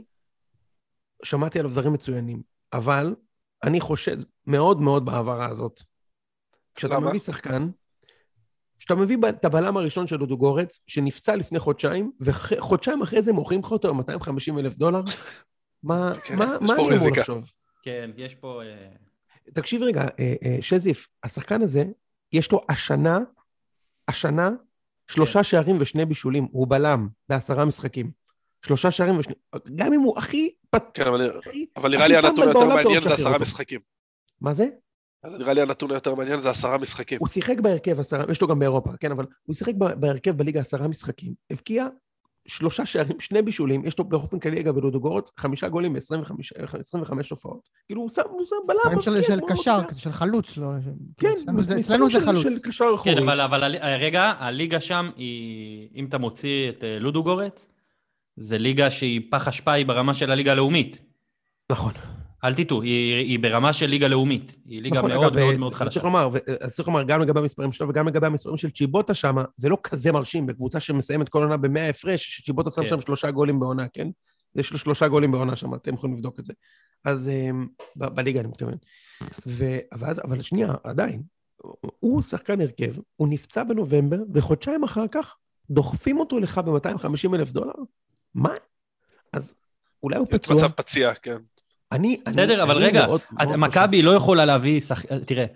שמעתי עליו דברים מצוינים, אבל אני חושד מאוד מאוד בעברה הזאת. כשאתה מביא שחקן, כשאתה מביא את הבלם הראשון של דודו גורץ, שנפצע לפני חודשיים, וחודשיים אחרי זה מוכרים לך אותו מאתיים וחמישים אלף דולר, מה אני אמור לחשוב? כן, יש פה... תקשיב רגע, שזיף, השחקן הזה, יש לו השנה, השנה, שלושה שערים ושני בישולים, הוא בלם בעשרה משחקים. שלושה שערים ושני, גם אם הוא הכי... כן, אבל נראה לי הנתון היותר מעניין זה עשרה משחקים. מה זה? נראה לי הנתון היותר מעניין זה עשרה משחקים. הוא שיחק בהרכב עשרה, יש לו גם באירופה, כן, אבל הוא שיחק בהרכב בליגה עשרה משחקים, הבקיע שלושה שערים, שני בישולים, יש לו באופן כללי אגב בלודוגורץ, חמישה גולים ב-עשרים וחמש הופעות. כאילו הוא שם בלם. ספרים של קשר, של חלוץ, לא? כן, אצלנו זה חלוץ. של קשר אחורי. כן, אבל רגע, הליגה שם היא, אם אתה מוציא את לודוגורץ, זה ליגה שהיא פח אשפה, היא ברמה של הליגה הלאומית. נכון. אל תיתו, היא, היא ברמה של ליגה לאומית. היא ליגה נכון, מאוד, אגב, מאוד מאוד חלשה. צריך לומר, צריך לומר, גם לגבי המספרים שלו, וגם לגבי המספרים של צ'יבוטה שם, זה לא כזה מרשים, בקבוצה שמסיימת כל עונה במאה הפרש, שצ'יבוטה שם כן. שם שלושה גולים בעונה, כן? יש לו שלושה גולים בעונה שם, אתם יכולים לבדוק את זה. אז ב- בליגה אני מתכוון. ו- אבל, אבל שנייה, עדיין, הוא שחקן הרכב, הוא נפצע בנובמבר, וחודשיים אחר כך, דוחפים אותו לך ב-מאתיים וחמישים אלף דולר? מה? אז אולי הוא פצוע. מצב פציע, כן. אני, בסדר, אבל רגע, מכבי לא יכולה להביא, תראה,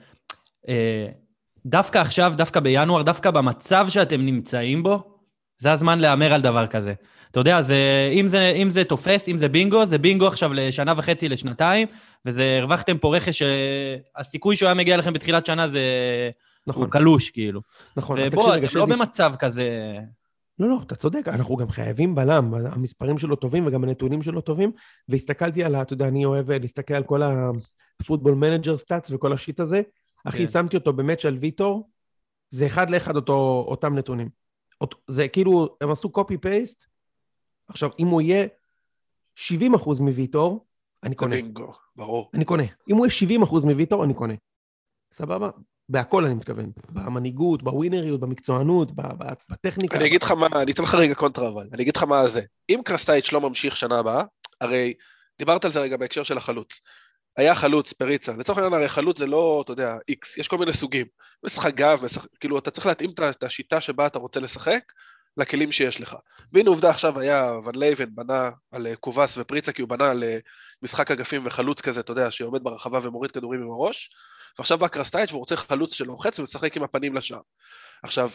דווקא עכשיו, דווקא בינואר, דווקא במצב שאתם נמצאים בו, זה הזמן לאמר על דבר כזה. אתה יודע, אם זה, אם זה תופס, אם זה בינגו, זה בינגו עכשיו לשנה וחצי, לשנתיים, וזה הרווחתם פה רכש, הסיכוי שהוא היה מגיע לכם בתחילת שנה זה, הוא קלוש, כאילו. נכון. ובוא, אתם לא במצב כזה... לא, לא, אתה צודק, אנחנו גם חייבים בלם, המספרים שלו טובים וגם הנתונים שלו טובים, והסתכלתי על, אתה יודע, אני אוהב להסתכל על כל הפוטבול מנג'ר סטאטס וכל השיט הזה, אחי, שמתי אותו במאץ' על ויטור, זה אחד לאחד אותו, אותם נתונים. זה כאילו, הם עשו קופי פייסט, עכשיו, אם הוא יהיה שבעים אחוז מוויטור, אני קונה. בינגו, ברור. אני קונה. אם הוא יהיה שבעים אחוז מוויטור, אני קונה. סבבה? בהכל אני מתכוון, במנהיגות, בווינריות, במקצוענות, בטכניקה. אני אגיד לך מה, אני אתן לך רגע קונטרה, אבל אני אגיד לך מה זה. אם קרסטייץ' לא ממשיך שנה הבאה, הרי דיברת על זה רגע בהקשר של החלוץ. היה חלוץ, פריצה, לצורך העניין הרי חלוץ זה לא, אתה יודע, איקס, יש כל מיני סוגים. משחק גב, משחק, כאילו אתה צריך להתאים את השיטה שבה אתה רוצה לשחק, לכלים שיש לך. והנה עובדה עכשיו היה ון לייבן בנה על קובס ופריצה, כי הוא בנה על משחק אגפים וחלוץ כזה, אתה יודע, שעומד ברחבה ומוריד כדורים עם הראש, ועכשיו בא קרסטייץ' והוא רוצה חלוץ שלוחץ ומשחק עם הפנים לשער. עכשיו,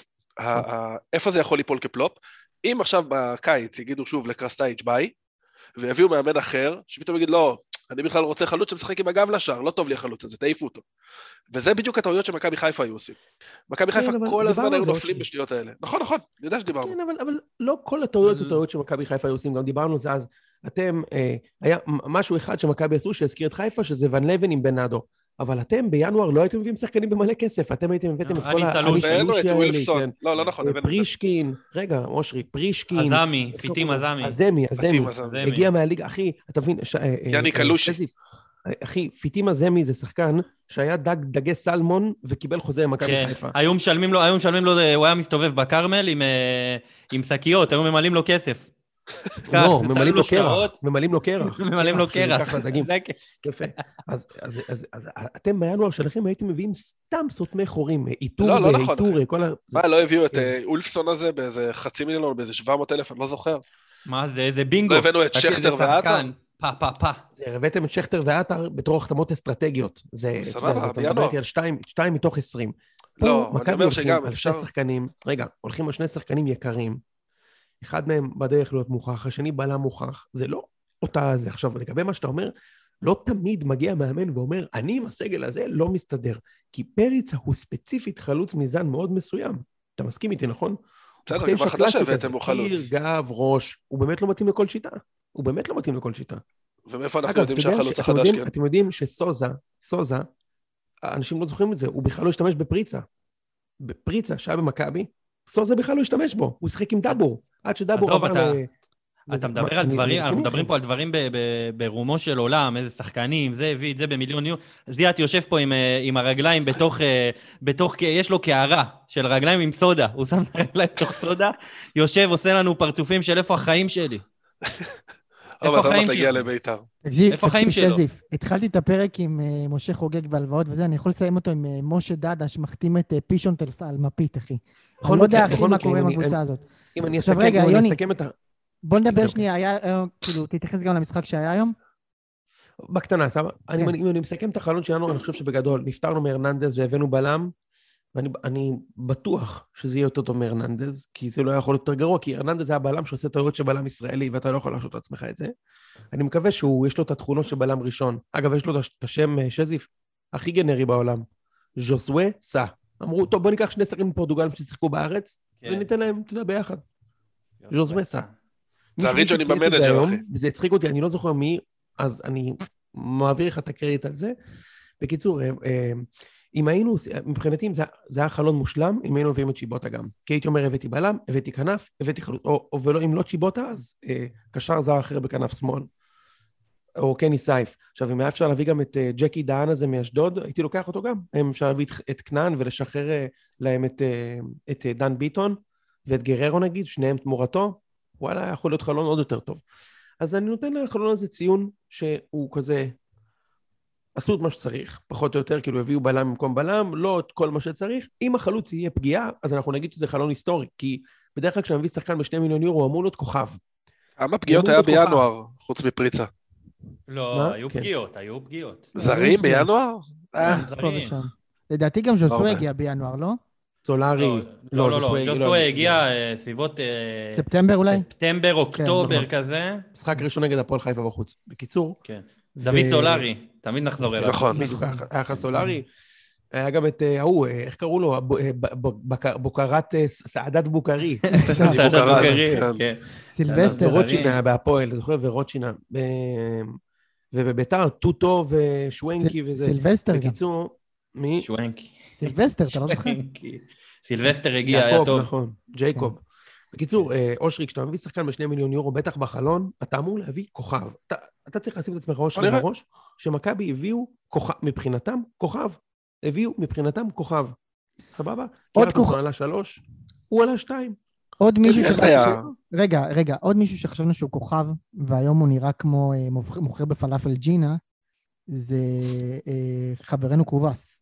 איפה זה יכול ליפול כפלופ? אם עכשיו בקיץ יגידו שוב לקרסטייץ' ביי, ויביאו מאמן אחר, שפתאום יגיד, לא, אני בכלל רוצה חלוץ שמשחק עם הגב לשער, לא טוב לי החלוץ הזה, תעיפו אותו. וזה בדיוק הטעויות שמכבי חיפה היו עושים. מכבי חיפה כל הזמן היו נופלים בשטויות האלה. נכון, נכון, אני יודע שדיברנו. כן, אבל לא כל הטעויות זה טעויות שמכבי חיפה היו עושים, גם דיברנו על זה אז. אתם, היה משהו אחד שמכבי עשו שהזכיר את חיפה, שזה ון לבן עם בנאדו. אבל אתם בינואר לא הייתם מביאים שחקנים במלא כסף, אתם הייתם הבאתם את כל האליסלושי, לא, לא נכון. פרישקין, רגע, אושרי, פרישקין. עזמי, פיטים עזמי. עזמי, עזמי. הגיע מהליגה, אחי, אתה מבין? יאני קלושי. אחי, פיטים עזמי זה שחקן שהיה דג דגי סלמון וקיבל חוזה ממכבי חיפה. היו משלמים לו, היו משלמים לו, הוא היה מסתובב בקרמל עם שקיות, היו ממלאים לו כסף. לא, ממלאים לו קרח, ממלאים לו קרח. ממלאים לו קרח. יפה. אז אתם בינואר שלכם הייתם מביאים סתם סותמי חורים, איתור, לא, לא נכון. כל ה... מה, לא הביאו את אולפסון הזה באיזה חצי מיליון, באיזה שבע מאות אלף, אני לא זוכר. מה זה, איזה בינגו. לא הבאנו את שכטר ועטר. פה, פה, פה. הבאתם את שכטר ועטר בתור החתמות אסטרטגיות. סבבה, בינואר. על שתיים מתוך עשרים. לא, אני אומר שגם אפשר... רגע, הולכים על שני שחקנים יקרים. אחד מהם בדרך להיות מוכח, השני בלם מוכח, זה לא אותה זה. עכשיו, לגבי מה שאתה אומר, לא תמיד מגיע מאמן ואומר, אני עם הסגל הזה לא מסתדר, כי פריצה הוא ספציפית חלוץ מזן מאוד מסוים. אתה מסכים איתי, נכון? בסדר, כבר חדש הבאתם הוא חלוץ. קיר, גב, ראש, הוא באמת לא מתאים לכל שיטה. הוא באמת לא מתאים לכל שיטה. ומאיפה אנחנו יודעים שהחלוץ החדש, כן? אתם יודעים שסוזה, סוזה, האנשים לא זוכרים את זה, הוא בכלל לא השתמש בפריצה. בפריצה, שהיה במכבי, סוזה בכלל לא השתמש בו, הוא שחק עם דאבור. עד שדאבור עבר ל... אתה מדבר על דברים, אנחנו מדברים פה על דברים ברומו של עולם, איזה שחקנים, זה הביא את זה במיליון יום. זיאת יושב פה עם הרגליים בתוך, יש לו קערה של רגליים עם סודה, הוא שם את הרגליים בתוך סודה, יושב, עושה לנו פרצופים של איפה החיים שלי. איפה החיים שלי? תקשיב, תקשיב שזיף, התחלתי את הפרק עם משה חוגג והלוואות וזה, אני יכול לסיים אותו עם משה דדה שמחתים את פישון תלסה על מפית, אחי. אני לא יודע, אחי, מה קורה עם הקבוצה הזאת. אם אני אסכם את ה... בוא נדבר שנייה, היה, כאילו, תתייחס גם למשחק שהיה היום? בקטנה, סבבה? אם אני מסכם את החלון שלנו, אני חושב שבגדול, נפטרנו מהרננדז והבאנו בלם, ואני בטוח שזה יהיה יותר טוב מהרננדז, כי זה לא יכול להיות יותר גרוע, כי הרננדז היה בלם שעושה טעויות של בלם ישראלי, ואתה לא יכול להרשות לעצמך את זה. אני מקווה שיש לו את התכונות של בלם ראשון. אגב, יש לו את השם שזיף הכי גנרי בעולם. ז'וסווה סא. אמרו, טוב, בוא ניקח שני שחקנים מפורטוגלים ששיחקו בארץ, וניתן להם, אתה יודע, ביחד. ז'וסווה סא. זה הריג'ונים במנג'ר, אחי. וזה הצחיק אותי, אני לא זוכר מי, אז אני מעביר לך את הקרדיט על זה. בקיצור, אם היינו, מבחינתי, זה היה חלון מושלם, אם היינו מביאים את צ'יבוטה גם. כי הייתי אומר, הבאתי בלם, הבאתי כנף, הבאתי חלוץ, או אם לא צ'יבוטה, אז קשר זר אחר בכנף שמאל. או קני סייף. עכשיו, אם היה אפשר להביא גם את ג'קי דהן הזה מאשדוד, הייתי לוקח אותו גם. אם אפשר להביא את קנן ולשחרר להם את, את דן ביטון, ואת גררו נגיד, שניהם תמורתו, וואלה, יכול להיות חלון עוד יותר טוב. אז אני נותן לחלון הזה ציון שהוא כזה, עשו את מה שצריך, פחות או יותר, כאילו הביאו בלם במקום בלם, לא את כל מה שצריך. אם החלוץ יהיה פגיעה, אז אנחנו נגיד שזה חלון היסטורי, כי בדרך כלל כשאני מביא שחקן בשני מיליון יורו, הוא אמור להיות כוכב. כמה פגיעות היה בינואר, חוץ מפריצה? לא, היו פגיעות, היו פגיעות. זרים בינואר? לדעתי גם ז'וסוי הגיע בינואר, לא? סולארי. לא, לא, לא, ז'וסוי הגיע סביבות... ספטמבר אולי? ספטמבר, אוקטובר כזה. משחק ראשון נגד הפועל חיפה בחוץ. בקיצור. כן. דוד סולארי, תמיד נחזור אליו. נכון. היה לך סולארי. היה גם את, ההוא, איך קראו לו? בוקרת, סעדת בוקרי. סעדת בוקרי, כן. סילבסטר. ורוצ'ינה היה בהפועל, זוכר, ורוצ'ינה. ובביתר, טוטו ושוונקי וזה. סילבסטר גם. בקיצור, מי? שוונקי. סילבסטר, אתה לא זוכר? סילבסטר הגיע, היה טוב. נכון, ג'ייקוב. בקיצור, אושרי, כשאתה מביא שחקן בשני מיליון יורו, בטח בחלון, אתה אמור להביא כוכב. אתה צריך לשים את עצמך אושרי בראש, שמכבי הביאו מבחינתם כוכב. הביאו מבחינתם כוכב. סבבה? עוד כוכב. הוא עלה שלוש, הוא עלה שתיים. עוד מישהו שחשבנו... רגע, רגע, עוד מישהו שחשבנו שהוא כוכב, והיום הוא נראה כמו מוכר בפלאפל ג'ינה, זה חברנו קובס.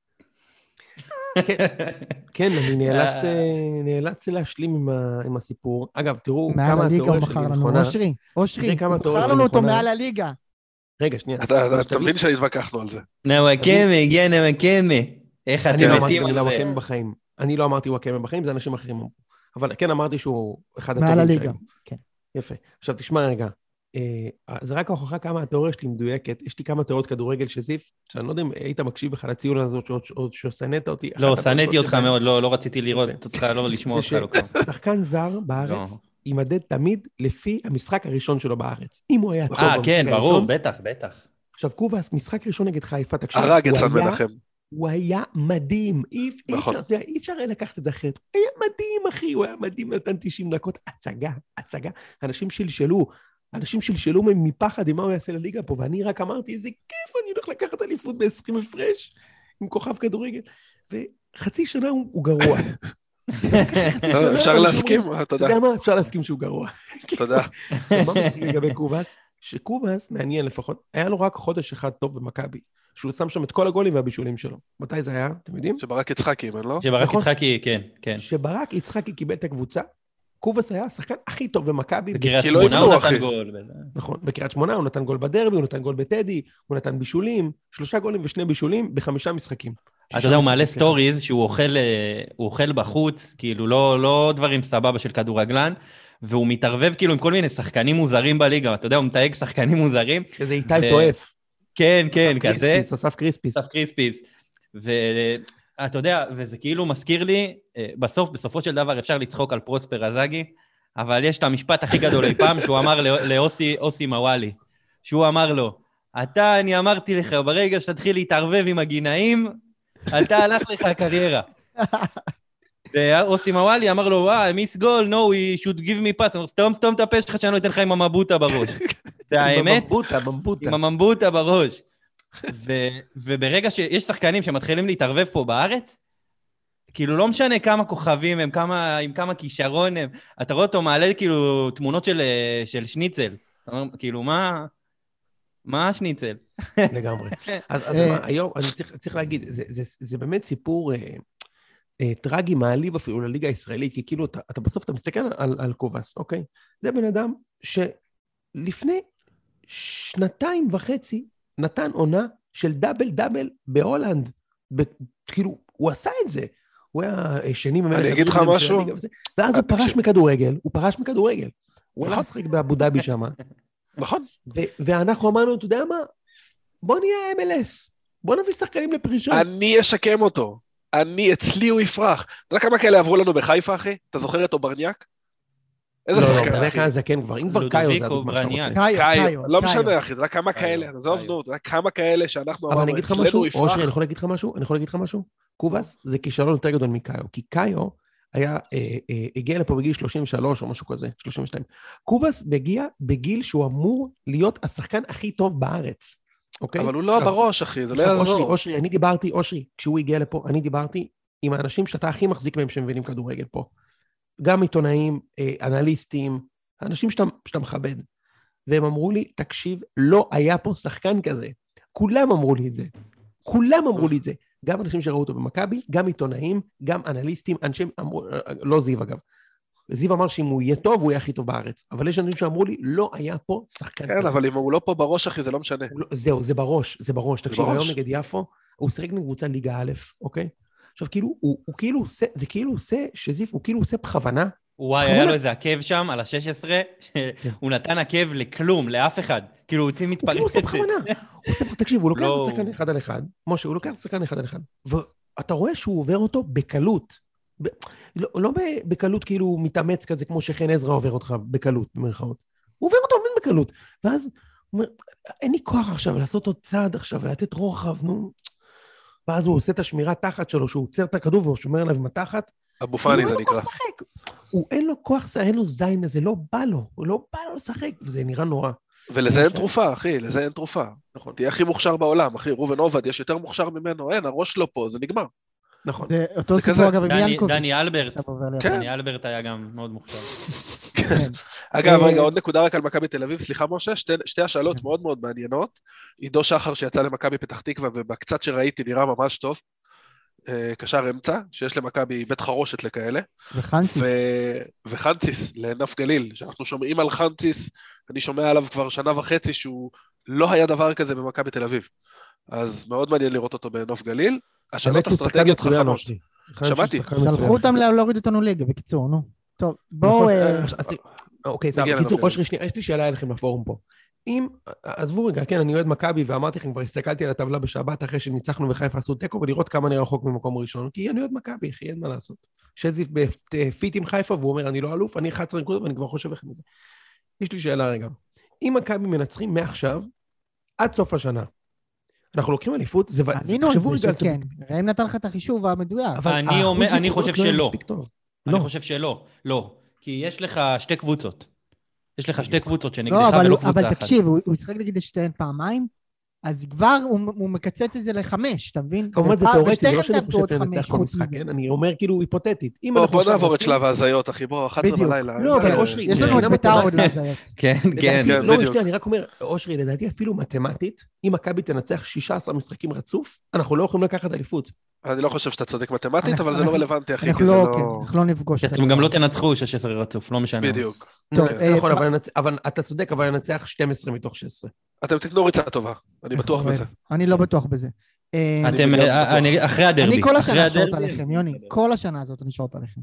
כן, אני נאלץ להשלים עם הסיפור. אגב, תראו כמה התיאוריה שלי נכונה. אושרי, אושרי, הוא בחר לנו אותו מעל הליגה. רגע, שנייה. אתה מבין שהתווכחנו על זה. נוואקמה, הגיע נוואקמה. איך אתם מתים על זה? אני לא אמרתי וואקמה בחיים, זה אנשים אחרים אמרו. אבל כן אמרתי שהוא אחד הטובים שהיו. מעל הליגה, כן. יפה. עכשיו תשמע רגע. זה רק ההוכחה כמה התיאוריה שלי מדויקת. יש לי כמה תיאוריות כדורגל שזיף, שאני לא יודע אם היית מקשיב בכלל לציון הזאת, או שסנית אותי. לא, סניתי אותך מאוד, לא רציתי לראות אותך, לא לשמוע אותך. שחקן זר בארץ יימדד תמיד לפי המשחק הראשון שלו בארץ. אם הוא היה טוב במשחק הראשון... אה, כן, ברור, בטח, בטח. עכשיו, קובס, משחק ראשון נגד חיפה, תקשיב, הרג את סן מנחם. הוא היה מדהים, אי אפשר לקחת את זה אחרת, הוא היה מדהים, אחי, הוא היה מדהים, נתן תשעים דקות, הצגה, הצגה, אנשים שלשלו, אנשים שלשלו מפחד עם מה הוא יעשה לליגה פה, ואני רק אמרתי, איזה כיף, אני הולך לקחת אליפות ב-עשרים הפרש, עם כוכב כדורגל, וחצי שנה הוא גרוע. אפשר להסכים, תודה. אתה יודע מה? אפשר להסכים שהוא גרוע. תודה. מה מצחיק לגבי קובס? שקובס, מעניין לפחות, היה לו רק חודש אחד טוב במכבי, שהוא שם שם את כל הגולים והבישולים שלו. מתי זה היה? אתם יודעים? שברק יצחקי, לא? שברק יצחקי, כן, כן. שברק יצחקי קיבל את הקבוצה, קובס היה השחקן הכי טוב במכבי. בקריית שמונה הוא נתן גול. נכון, בקריית שמונה הוא נתן גול בדרבי, הוא נתן גול בטדי, הוא נתן בישולים, שלושה גולים ושני בישולים בחמישה משחקים. אתה יודע, הוא מעלה סטוריז שהוא אוכל בחוץ, כאילו לא דברים סבבה של כדורגלן, והוא מתערבב כאילו עם כל מיני שחקנים מוזרים בליגה, אתה יודע, הוא מתייג שחקנים מוזרים. שזה איתי טועף. כן, כן, כזה. אסף קריספיס. אסף קריספיס. ואתה יודע, וזה כאילו מזכיר לי, בסוף, בסופו של דבר אפשר לצחוק על פרוספר אזאגי, אבל יש את המשפט הכי גדול אי פעם, שהוא אמר לאוסי מוואלי, שהוא אמר לו, אתה, אני אמרתי לך, ברגע שתתחיל להתערבב עם הגינאים, אתה הלך לך הקריירה. ואוסי מוואלי אמר לו, וואי, מיס גול, no, he should give me pass. סתום, סתום את הפה שלך שאני לא אתן לך עם המבוטה בראש. זה האמת? עם המבוטה בראש. וברגע שיש שחקנים שמתחילים להתערבב פה בארץ, כאילו לא משנה כמה כוכבים הם, עם כמה כישרון הם, אתה רואה אותו מעלה כאילו תמונות של שניצל. כאילו, מה... מה השניצל? לגמרי. אז מה, היום, אני צריך להגיד, זה באמת סיפור... טרגי, מעליב אפילו לליגה הישראלית, כי כאילו אתה, אתה בסוף אתה מסתכל על, על קובס, אוקיי? זה בן אדם שלפני שנתיים וחצי נתן עונה של דאבל דאבל בהולנד, ב, כאילו הוא עשה את זה, הוא היה שני ממלך, אני אגיד לך משהו, ואז הוא פרש מכדורגל, הוא פרש מכדורגל, הוא הלך לשחק באבו דאבי שם, נכון, ואנחנו אמרנו, אתה יודע מה? בוא נהיה אם אל אס, בוא נביא שחקנים לפרישות. אני אשקם אותו. אני, אצלי הוא יפרח. אתה יודע כמה כאלה עברו לנו בחיפה, אחי? אתה זוכר את אוברניאק? איזה שחקן, אחי? לא, לא, קאיו זה כן כבר, אם כבר קאיו זה הדוגמה שאתה רוצה. קאיו, לא משנה, אחי, זה רק כמה כאלה, עזוב נו, זה רק כמה כאלה שאנחנו... אבל אני אגיד לך משהו, אושרי, אני יכול להגיד לך משהו? אני יכול להגיד לך משהו? קובאס זה כישלון יותר גדול מקאיו, כי קאיו היה, הגיע לפה בגיל שלושים ושלוש או משהו כזה, שלושים ושתיים. קובאס הגיע בגיל שהוא אמור להיות השחקן הכי טוב בארץ, אוקיי? אבל הוא לא בראש, אחי, זה לא יעזור. אושרי, אני דיברתי, אושרי, כשהוא הגיע לפה, אני דיברתי עם האנשים שאתה הכי מחזיק מהם שמבינים כדורגל פה. גם עיתונאים, אנליסטים, אנשים שאתה, שאתה מכבד. והם אמרו לי, תקשיב, לא היה פה שחקן כזה. כולם אמרו לי את זה. כולם אמרו לי את זה. גם אנשים שראו אותו במכבי, גם עיתונאים, גם אנליסטים, אנשים אמרו, לא זיו אגב. זיו אמר שאם הוא יהיה טוב, הוא יהיה הכי טוב בארץ. אבל יש אנשים שאמרו לי, לא היה פה שחקן כן, כזה. כן, אבל אם הוא לא פה בראש, אחי, זה לא משנה. לא, זהו, זה בראש, זה בראש. תקשיב, היום נגד יפו, הוא שחק נקבוצה ליגה א', אוקיי? עכשיו, כאילו, הוא, הוא כאילו עושה, זה כאילו עושה, שזיף, הוא כאילו עושה בכוונה. וואי, היה לו איזה עקב שם, על ה-שש עשרה, הוא נתן עקב לכלום, לאף אחד. כאילו, הוא הוציא מתפלט. הוא כאילו עושה בכוונה. הוא עושה, תקשיב, הוא לוקח את השחקן אחד על אחד. משה, הוא לוקח את השחקן אחד על אחד. ואתה רואה שהוא עובר אותו בקלות. לא בקלות כאילו מתאמץ כזה, כמו שחן עזרא עובר אותך בקלות, במרכאות. הוא עובר אותו בקלות. ואז, הוא אומר, אין לי כוח עכשיו לעשות עוד צעד עכשיו, ולתת רוחב, נו. ואז הוא עושה את השמירה תחת שלו, שהוא עוצר את הכדור והוא שומר עליו מתחת. אבו פאני זה נקרא. הוא אין לו כוח, אין לו זין, זה לא בא לו, הוא לא בא לו לשחק, וזה נראה נורא. ולזה אין תרופה, אחי, לזה אין תרופה. נכון. תהיה הכי מוכשר בעולם, אחי, ראובן עובד, יש יותר מוכשר ממנו, אין, הראש לא פה, זה נגמר. נכון. זה אותו סיפור אגב עם ינקוביץ'. דני אלברט, דני אלברט היה גם מאוד מוכשר. אגב, רגע, עוד נקודה רק על מכבי תל אביב, סליחה משה, שתי השאלות מאוד מאוד מעניינות. עידו שחר שיצא למכבי פתח תקווה, ובקצת שראיתי נראה ממש טוב. קשר אמצע, שיש למכבי בית חרושת לכאלה. וחנציס. וחנציס, לנף גליל, שאנחנו שומעים על חנציס, אני שומע עליו כבר שנה וחצי, שהוא לא היה דבר כזה במכבי תל אביב. אז מאוד מעניין לראות אותו בנוף גליל. השאלות אסטרטגיות חכמות. שמעתי. שלחו אותם להוריד אותנו ליגה, בקיצור, נו. טוב, בואו... אוקיי, סבבה, בקיצור, אושרי, שנייה, יש לי שאלה אליכם לפורום פה. אם, עזבו רגע, כן, אני אוהד מכבי, ואמרתי לכם, כבר הסתכלתי על הטבלה בשבת, אחרי שניצחנו וחיפה עשו תיקו, ולראות כמה אני רחוק ממקום ראשון, כי אני אוהד מכבי, אחי, אין מה לעשות. שזיף בפיט עם חיפה, והוא אומר, אני לא אלוף, אני אחת עשרה נקודות, ואני כבר חושב לכם את זה. יש לי שאלה רגע. אם מכבי מנצחים מעכשיו, עד סוף השנה, אנחנו לוקחים אליפות, זה תחשבו רגע על זה. ראם נתן לך את החישוב המדויק. אני חושב שלא. אני חושב שלא, לא. כי יש לך שתי קבוצות. יש לך שתי קבוצות שנגדך ולא קבוצה אחת. אבל תקשיב, הוא ישחק נגד שתיהן פעמיים, אז כבר הוא מקצץ את זה לחמש, אתה מבין? כמובן זה תיאורטי, זה לא שאני חושב לנצח כל משחק, אני אומר כאילו היפותטית. בוא נעבור את שלב ההזיות, אחי, בוא, אחת עשרה בלילה. לא, אבל אושרי, יש לנו את בית"ר עוד להזיות. כן, כן. לא, אני רק אומר, אושרי, לדעתי אפילו מתמטית, אם מכבי תנצח שישה עשר משחקים רצוף, אנחנו לא יכולים לקחת אליפות. אני לא חושב שאתה צודק מתמטית, אבל זה לא רלוונטי, אחי, כי זה לא... אנחנו לא נפגוש. אתם גם לא תנצחו שש עשרה רצוף, לא משנה. בדיוק. נכון, אבל אתה צודק, אבל ננצח שתים עשרה מתוך שש עשרה. אתם תתנו ריצה טובה, אני בטוח בזה. אני לא בטוח בזה. אתם, אחרי הדרבי. אני כל השנה שעות עליכם, יוני, כל השנה הזאת אני שעות עליכם.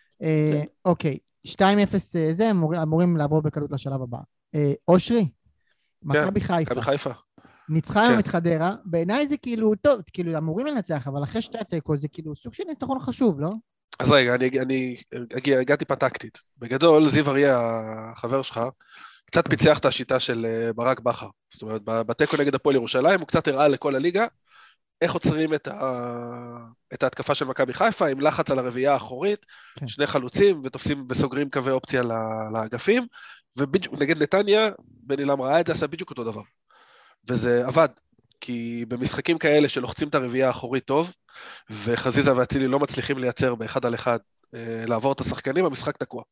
אוקיי, שתיים אפס זה, אמורים לעבור בקלות לשלב הבא. אושרי, מכבי חיפה. ניצחה היום את חדרה, בעיניי זה כאילו, טוב, כאילו אמורים לנצח, אבל אחרי שתי התיקו זה כאילו סוג של ניצחון חשוב, לא? אז רגע, אני, אני הגעתי פה טקטית. בגדול, זיו אריה, החבר שלך, קצת פיצח את השיטה של ברק בכר. זאת אומרת, בתיקו נגד הפועל ירושלים, הוא קצת הראה לכל הליגה, איך עוצרים את, ה... את ההתקפה של מכבי חיפה, עם לחץ על הרביעייה האחורית, כן. שני חלוצים, ותופסים וסוגרים קווי אופציה לאגפים, ונגד נתניה, בן אילם ראה את זה, עשה בדיוק אותו דבר. וזה עבד, כי במשחקים כאלה שלוחצים את הרביעייה האחורית טוב, וחזיזה ואצילי לא מצליחים לייצר באחד על אחד, לעבור את השחקנים, המשחק תקוע.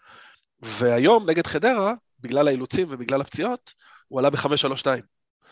והיום נגד חדרה, בגלל האילוצים ובגלל הפציעות, הוא עלה ב-חמש שלוש שתיים.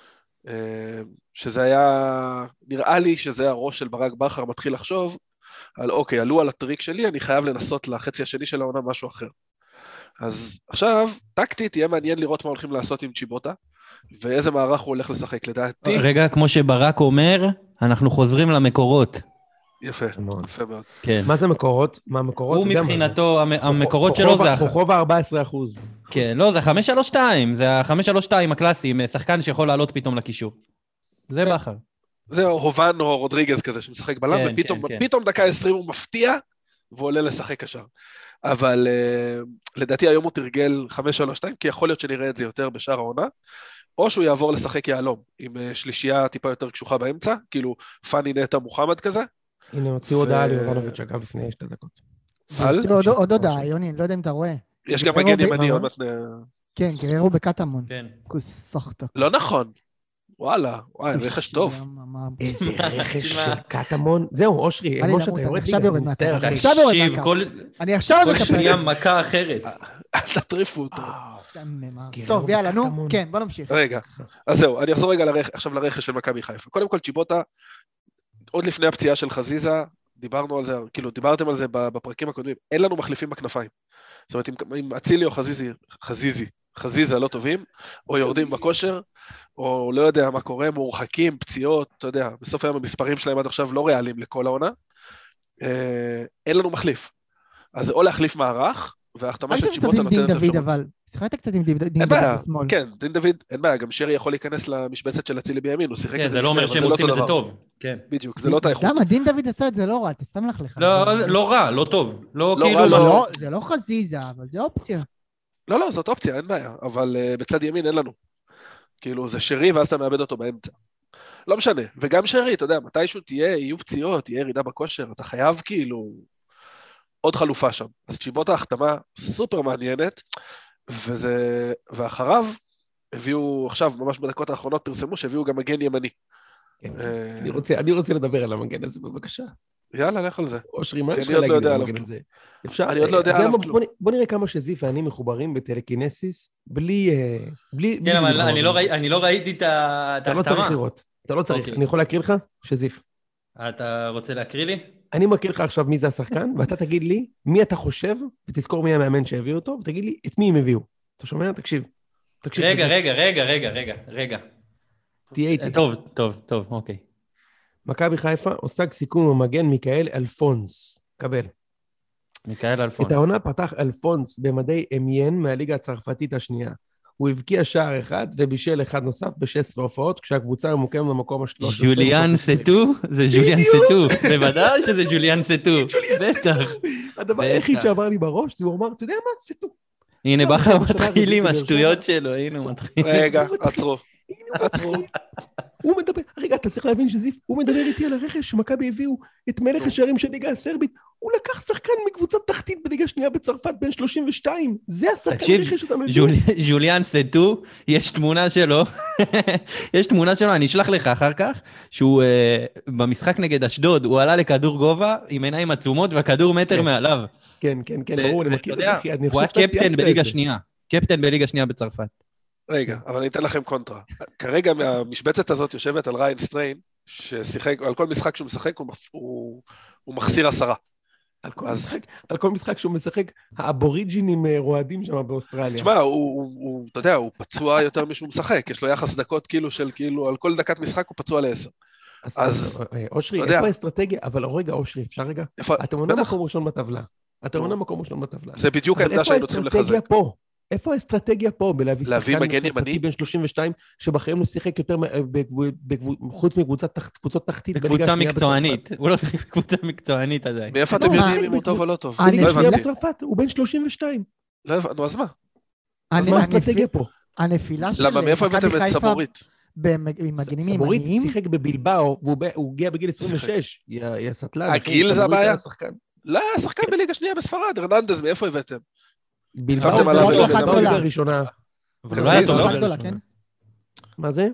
שזה היה, נראה לי שזה הראש של ברק בכר מתחיל לחשוב, על אוקיי, עלו על הטריק שלי, אני חייב לנסות לחצי השני של העונה משהו אחר. אז עכשיו, טקטית, יהיה מעניין לראות מה הולכים לעשות עם צ'יבוטה, ואיזה מערך הוא הולך לשחק, לדעתי. רגע, כמו שברק אומר, אנחנו חוזרים למקורות. יפה, יפה מאוד. כן. מה זה מקורות? מה המקורות? הוא מבחינתו, המקורות שלו זה... חוב ה-ארבעה עשר אחוז. כן, לא, זה חמש שלוש שתיים, זה ה-חמש שלוש שתיים הקלאסי, עם שחקן שיכול לעלות פתאום לקישור. זה בכר. זה הובן או רודריגז כזה שמשחק בלם, ופתאום דקה עשרים הוא מפתיע, והוא עולה לשחק קשר. אבל לדעתי היום הוא תרגל חמש שלוש שתיים, כי יכול להיות שנראה את זה יותר בשאר העונה, או שהוא יעבור לשחק יעלום, עם שלישייה טיפה יותר קשוחה באמצע, כאילו פאני נטע מוחמד כזה. הנה, הוציאו הודעה ליובנוביץ' אגב לפני שתי דקות. הוציאו עוד הודעה, יוני, אני לא יודע אם אתה רואה. יש גם מגן ימני, עוד מעט... כן, גררו בקטמון. כן. כוסחת. לא נכון. וואלה, וואי, רכש טוב. איזה רכש של קטמון. זהו, אושרי, משה, אתה יורד ליגה, אני מצטער. עכשיו יורד מהקו. אני עכשיו כל שנייה מכה אחרת. אל תטריפו אותו. טוב, יאללה, נו, כן, בוא נמשיך. רגע, אז זהו, אני אחזור רגע עכשיו לרכש של מכבי חיפה. קודם כל, צ'יבוטה, עוד לפני הפציעה של חזיזה, דיברנו על זה, כאילו, דיברתם על זה בפרקים הקודמים, אין לנו מחליפים בכנפיים. זאת אומרת, אם אצילי או חזיזי, חזיזי, חזיזה לא טובים, או יורדים בכושר, או לא יודע מה קורה, מורחקים, פציעות, אתה יודע, בסוף היום המספרים שלהם עד עכשיו לא ריאליים לכל העונה, אין לנו מחליף. אז או להחליף מערך, וההחתמה של צ'יבוטה נותנת אפשרות. דין דוד, אבל, שיחקת קצת עם דין דוד בשמאל. כן, דין דוד, אין בעיה, גם שרי יכול להיכנס למשבצת של אצילי בימין, הוא שיחק את זה. זה לא אומר שהם עושים את זה טוב. בדיוק, זה לא את האיכות. למה, דין דוד עשה את זה לא רע, תסתם לך לך. לא רע, לא טוב. זה לא חזיזה, אבל זה אופציה. לא, לא, זאת אופציה, אין בעיה, אבל בצד ימין אין לנו. כאילו, זה שרי, ואז אתה מאבד אותו באמצע. לא משנה, וגם שרי, אתה יודע, מתישהו תהיה, יהיו פציעות, תהיה ירידה בכושר, אתה חייב כאילו עוד חלופה שם. אז צ'יבוטה החתמה סופר מעניינת, וזה, ואחריו הביאו, עכשיו, ממש בדקות האחרונות פרסמו, שהביאו גם מגן ימני. אני רוצה, אני רוצה לדבר על המגן הזה, בבקשה. יאללה, לך על זה. אושרי, מה יש לך להגיד על המגן הזה? אפשר? אני עוד לא יודע עליו כלום. בוא נראה כמה שזיף ואני מחוברים בטלקינסיס, בלי... כן, אבל אני לא ראיתי את ההחתמה. אתה לא צריך לראות. אתה לא צריך. אני יכול להקריא לך? שזיף. אתה רוצה להקריא לי? אני מקריא לך עכשיו מי זה השחקן, ואתה תגיד לי מי אתה חושב, ותזכור מי המאמן שהביאו אותו, ותגיד לי את מי הם הביאו. אתה שומע? תקשיב. רגע, רגע, רגע, רגע, רגע, רגע. תהיה איתי. טוב, טוב, טוב, אוקיי. מכבי חיפה הושג סיכום המגן מיכאל אלפונס. קבל. מיכאל אלפונס. את העונה פתח אלפונס במדי אמיין מהליגה הצרפתית השנייה. הוא הבקיע שער אחד ובישל אחד נוסף ב-שש עשרה הופעות, כשהקבוצה ממוקמת במקום ה-שלוש עשרה. ג'וליאן סטו? זה ג'וליאן סטו. בוודאי שזה ג'וליאן סטו. בטח. הדבר היחיד שעבר לי בראש, זה הוא אמר, אתה יודע מה? סטו. הנה, בכר מתחיל עם השטויות שלו, הנה הוא מתחיל. רגע, עצרו. עצרו. הוא מדבר, רגע, אתה צריך להבין שזיף, הוא מדבר איתי על הרכש שמכבי הביאו את מלך השערים של ליגה הסרבית, הוא לקח שחקן מקבוצת תחתית בליגה שנייה בצרפת בין שלושים ושתיים, זה השחקן הרכש שאתה מבין. ז'וליאן סטו, יש תמונה שלו, יש תמונה שלו, אני אשלח לך אחר כך, שהוא במשחק נגד אשדוד, הוא עלה לכדור גובה עם עיניים עצומות והכדור מטר מעליו. כן, כן, כן, ברור, אני מכיר את זה, אחי, הוא היה קפטן בליגה שנייה, קפטן בליגה שנייה בצרפת. רגע, אבל אני אתן לכם קונטרה. כרגע המשבצת הזאת יושבת על ריין סטריין, ששיחק, על כל משחק שהוא משחק, הוא, הוא, הוא מחסיר עשרה. על כל, אז... משחק, על כל משחק שהוא משחק, האבוריג'ינים רועדים שם באוסטרליה. תשמע, הוא, הוא, הוא, אתה יודע, הוא פצוע יותר משהו משחק, יש לו יחס דקות כאילו של כאילו, על כל דקת משחק הוא פצוע לעשר. אז, אז אושרי, איפה האסטרטגיה? אבל רגע, אושרי, אפשר רגע? איפה... אתם עונה מקום ראשון בטבלה. אתם עונה מקום ראשון בטבלה. זה בדיוק העמדה שהיינו צריכים לחזק. פה? איפה האסטרטגיה פה בלהביא שחקן צרפתי בין שלושים ושתיים שבחיים לא שיחק יותר חוץ מקבוצות תחתית בקבוצה מקצוענית, הוא לא שיחק בקבוצה מקצוענית עדיין. מאיפה אתם יודעים אם הוא טוב או לא טוב? הוא בין שלושים ושתיים. לא הבנו, אז מה? אז מה האסטרטגיה פה? הנפילה של למה, מאיפה הבאתם את סבורית? במגנים ימניים. סבורית שיחק בבילבאו והוא הגיע בגיל עשרים ושש. יא סטלן. הגיל זה הבעיה? לא, שחקן בליגה שנייה בספרד, הרננדז, מאיפה הבאתם? בלבאו זה לא הצלחה גדולה ראשונה. אבל לא היה הצלחה גדולה, כן? מה זה?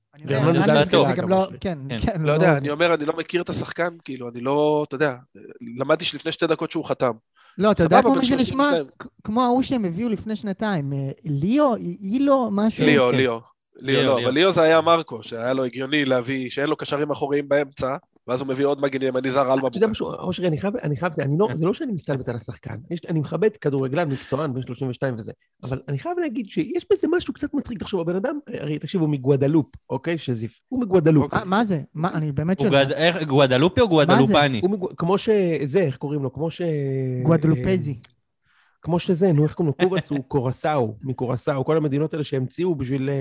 לא יודע, אני אומר, אני לא מכיר את השחקן, כאילו, אני לא, אתה יודע, למדתי שלפני שתי דקות שהוא חתם. לא, אתה יודע כמו זה נשמע, כמו ההוא שהם הביאו לפני שנתיים, ליאו, אילו, משהו. ליאו, ליאו, ליאו, לא, אבל ליאו זה היה מרקו, שהיה לו הגיוני להביא, שאין לו קשרים אחוריים באמצע, ואז הוא מביא עוד מגן ימני זר על מבוקה. אתה יודע משהו, אושרי, אני חייב, אני חייב, זה לא שאני מסתלבט על השחקן, אני מכבד כדורגלן מקצוען בין שלושים ושתיים וזה, אבל אני חייב להגיד שיש בזה משהו קצת מצחיק, תחשוב, הבן אדם, הרי תקשיב, הוא מגואדלופ, אוקיי, שזיף, הוא מגואדלופ. מה זה? מה, אני באמת שואל. איך, גואדלופי או גואדלופני? כמו שזה, איך קוראים לו, כמו ש... גואדלופזי. כמו שזה, נו, איך קוראים לו, קובץ הוא קורסאו, מקורסאו, כל המדינות האלה שהמציאו בשביל...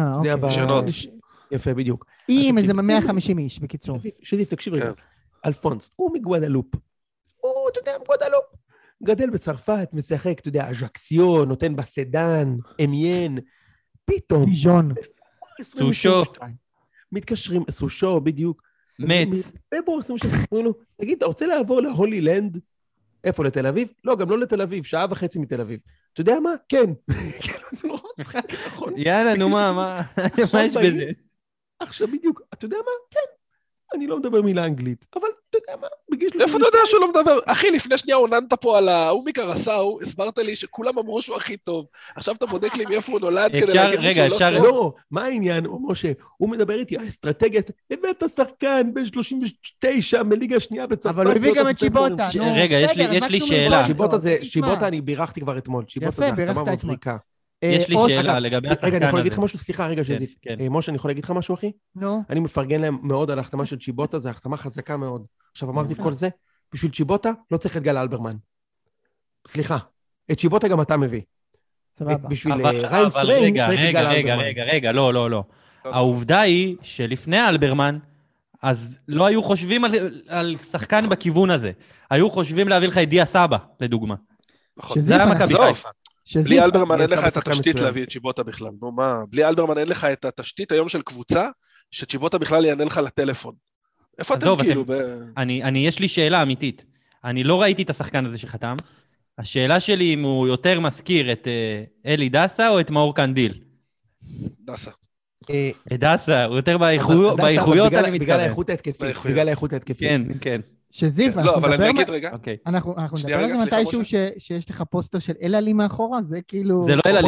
יפה, בדיוק. עם איזה מאה וחמישים איש, בקיצור. שזיף, תקשיב רגע. אלפונס, הוא מגואדלופ. הוא, אתה יודע, גודלו. גדל בצרפת, משחק, אתה יודע, אז'קסיון, נותן בסדן, אמיין, פתאום. דיז'ון. סושו. מתקשרים, סושו, בדיוק. מצ. פברואר עשרים ושתיים, אומרים לו, תגיד, אתה רוצה לעבור להולי לנד? איפה, לתל אביב? לא, גם לא לתל אביב, שעה וחצי מתל אביב. אתה יודע מה? כן. זה לא משחק, נכון? יאללה, נו מה, מה יש בזה? עכשיו בדיוק, אתה יודע מה? כן. אני לא מדבר מילה אנגלית, אבל אתה יודע מה? איפה אתה יודע שהוא לא מדבר? אחי, לפני שנייה עוננת פה על ההוא מקרסאו, הסברת לי שכולם אמרו שהוא הכי טוב. עכשיו אתה בודק לי מאיפה הוא נולד כדי להגיד לי שהוא לא טוב. לא, מה העניין? משה, הוא מדבר איתי, האסטרטגיה, הבאת שחקן בין שלושים ותשע מליגה שנייה בצרפת. אבל הוא הביא גם את שיבוטה. רגע, יש לי שאלה. שיבוטה זה, שיבוטה אני בירכתי כבר אתמול. שיבוטה זה החתמה מבריקה. יש לי שאלה לגבי השחקן הזה. רגע, אני יכול להגיד לך משהו? סליחה, רגע, שזיף. משה, אני יכול להגיד לך משהו, אחי? נו. אני מפרגן להם מאוד על ההחתמה של צ'יבוטה, זו החתמה חזקה מאוד. עכשיו, אמרתי את כל זה, בשביל צ'יבוטה לא צריך את גל אלברמן. סליחה, את צ'יבוטה גם אתה מביא. סבבה. בשביל ריין סטריינג צריך את גל אלברמן. רגע, רגע, רגע, לא, לא, לא. העובדה היא שלפני אלברמן, אז לא היו חושבים על שחקן בכיוון הזה. היו חושבים להביא לך את דיה סבא, לדוגמה. זה היה מכבי חיפה. בלי אלברמן אין לך את התשתית להביא את צ'יבוטה בכלל. נו מה, בלי אלברמן אין לך את התשתית היום של קבוצה, שצ'יבוטה בכלל יענה לך לטלפון. איפה אתם כאילו? אני, יש לי שאלה אמיתית. אני לא ראיתי את השחקן הזה שחתם. השאלה שלי אם הוא יותר מזכיר את אלי דסה או את מאור קנדיל. דסה. את דסה, הוא יותר באיכויות, אני מתכוון. בגלל האיכות ההתקפית. בגלל האיכות ההתקפית. כן, כן. שזיף, לא, אבל אני אגיד רגע. אנחנו נדבר על זה מתישהו שיש לך פוסטר של אלעלי מאחורה, זה כאילו... זה לא אלעלי.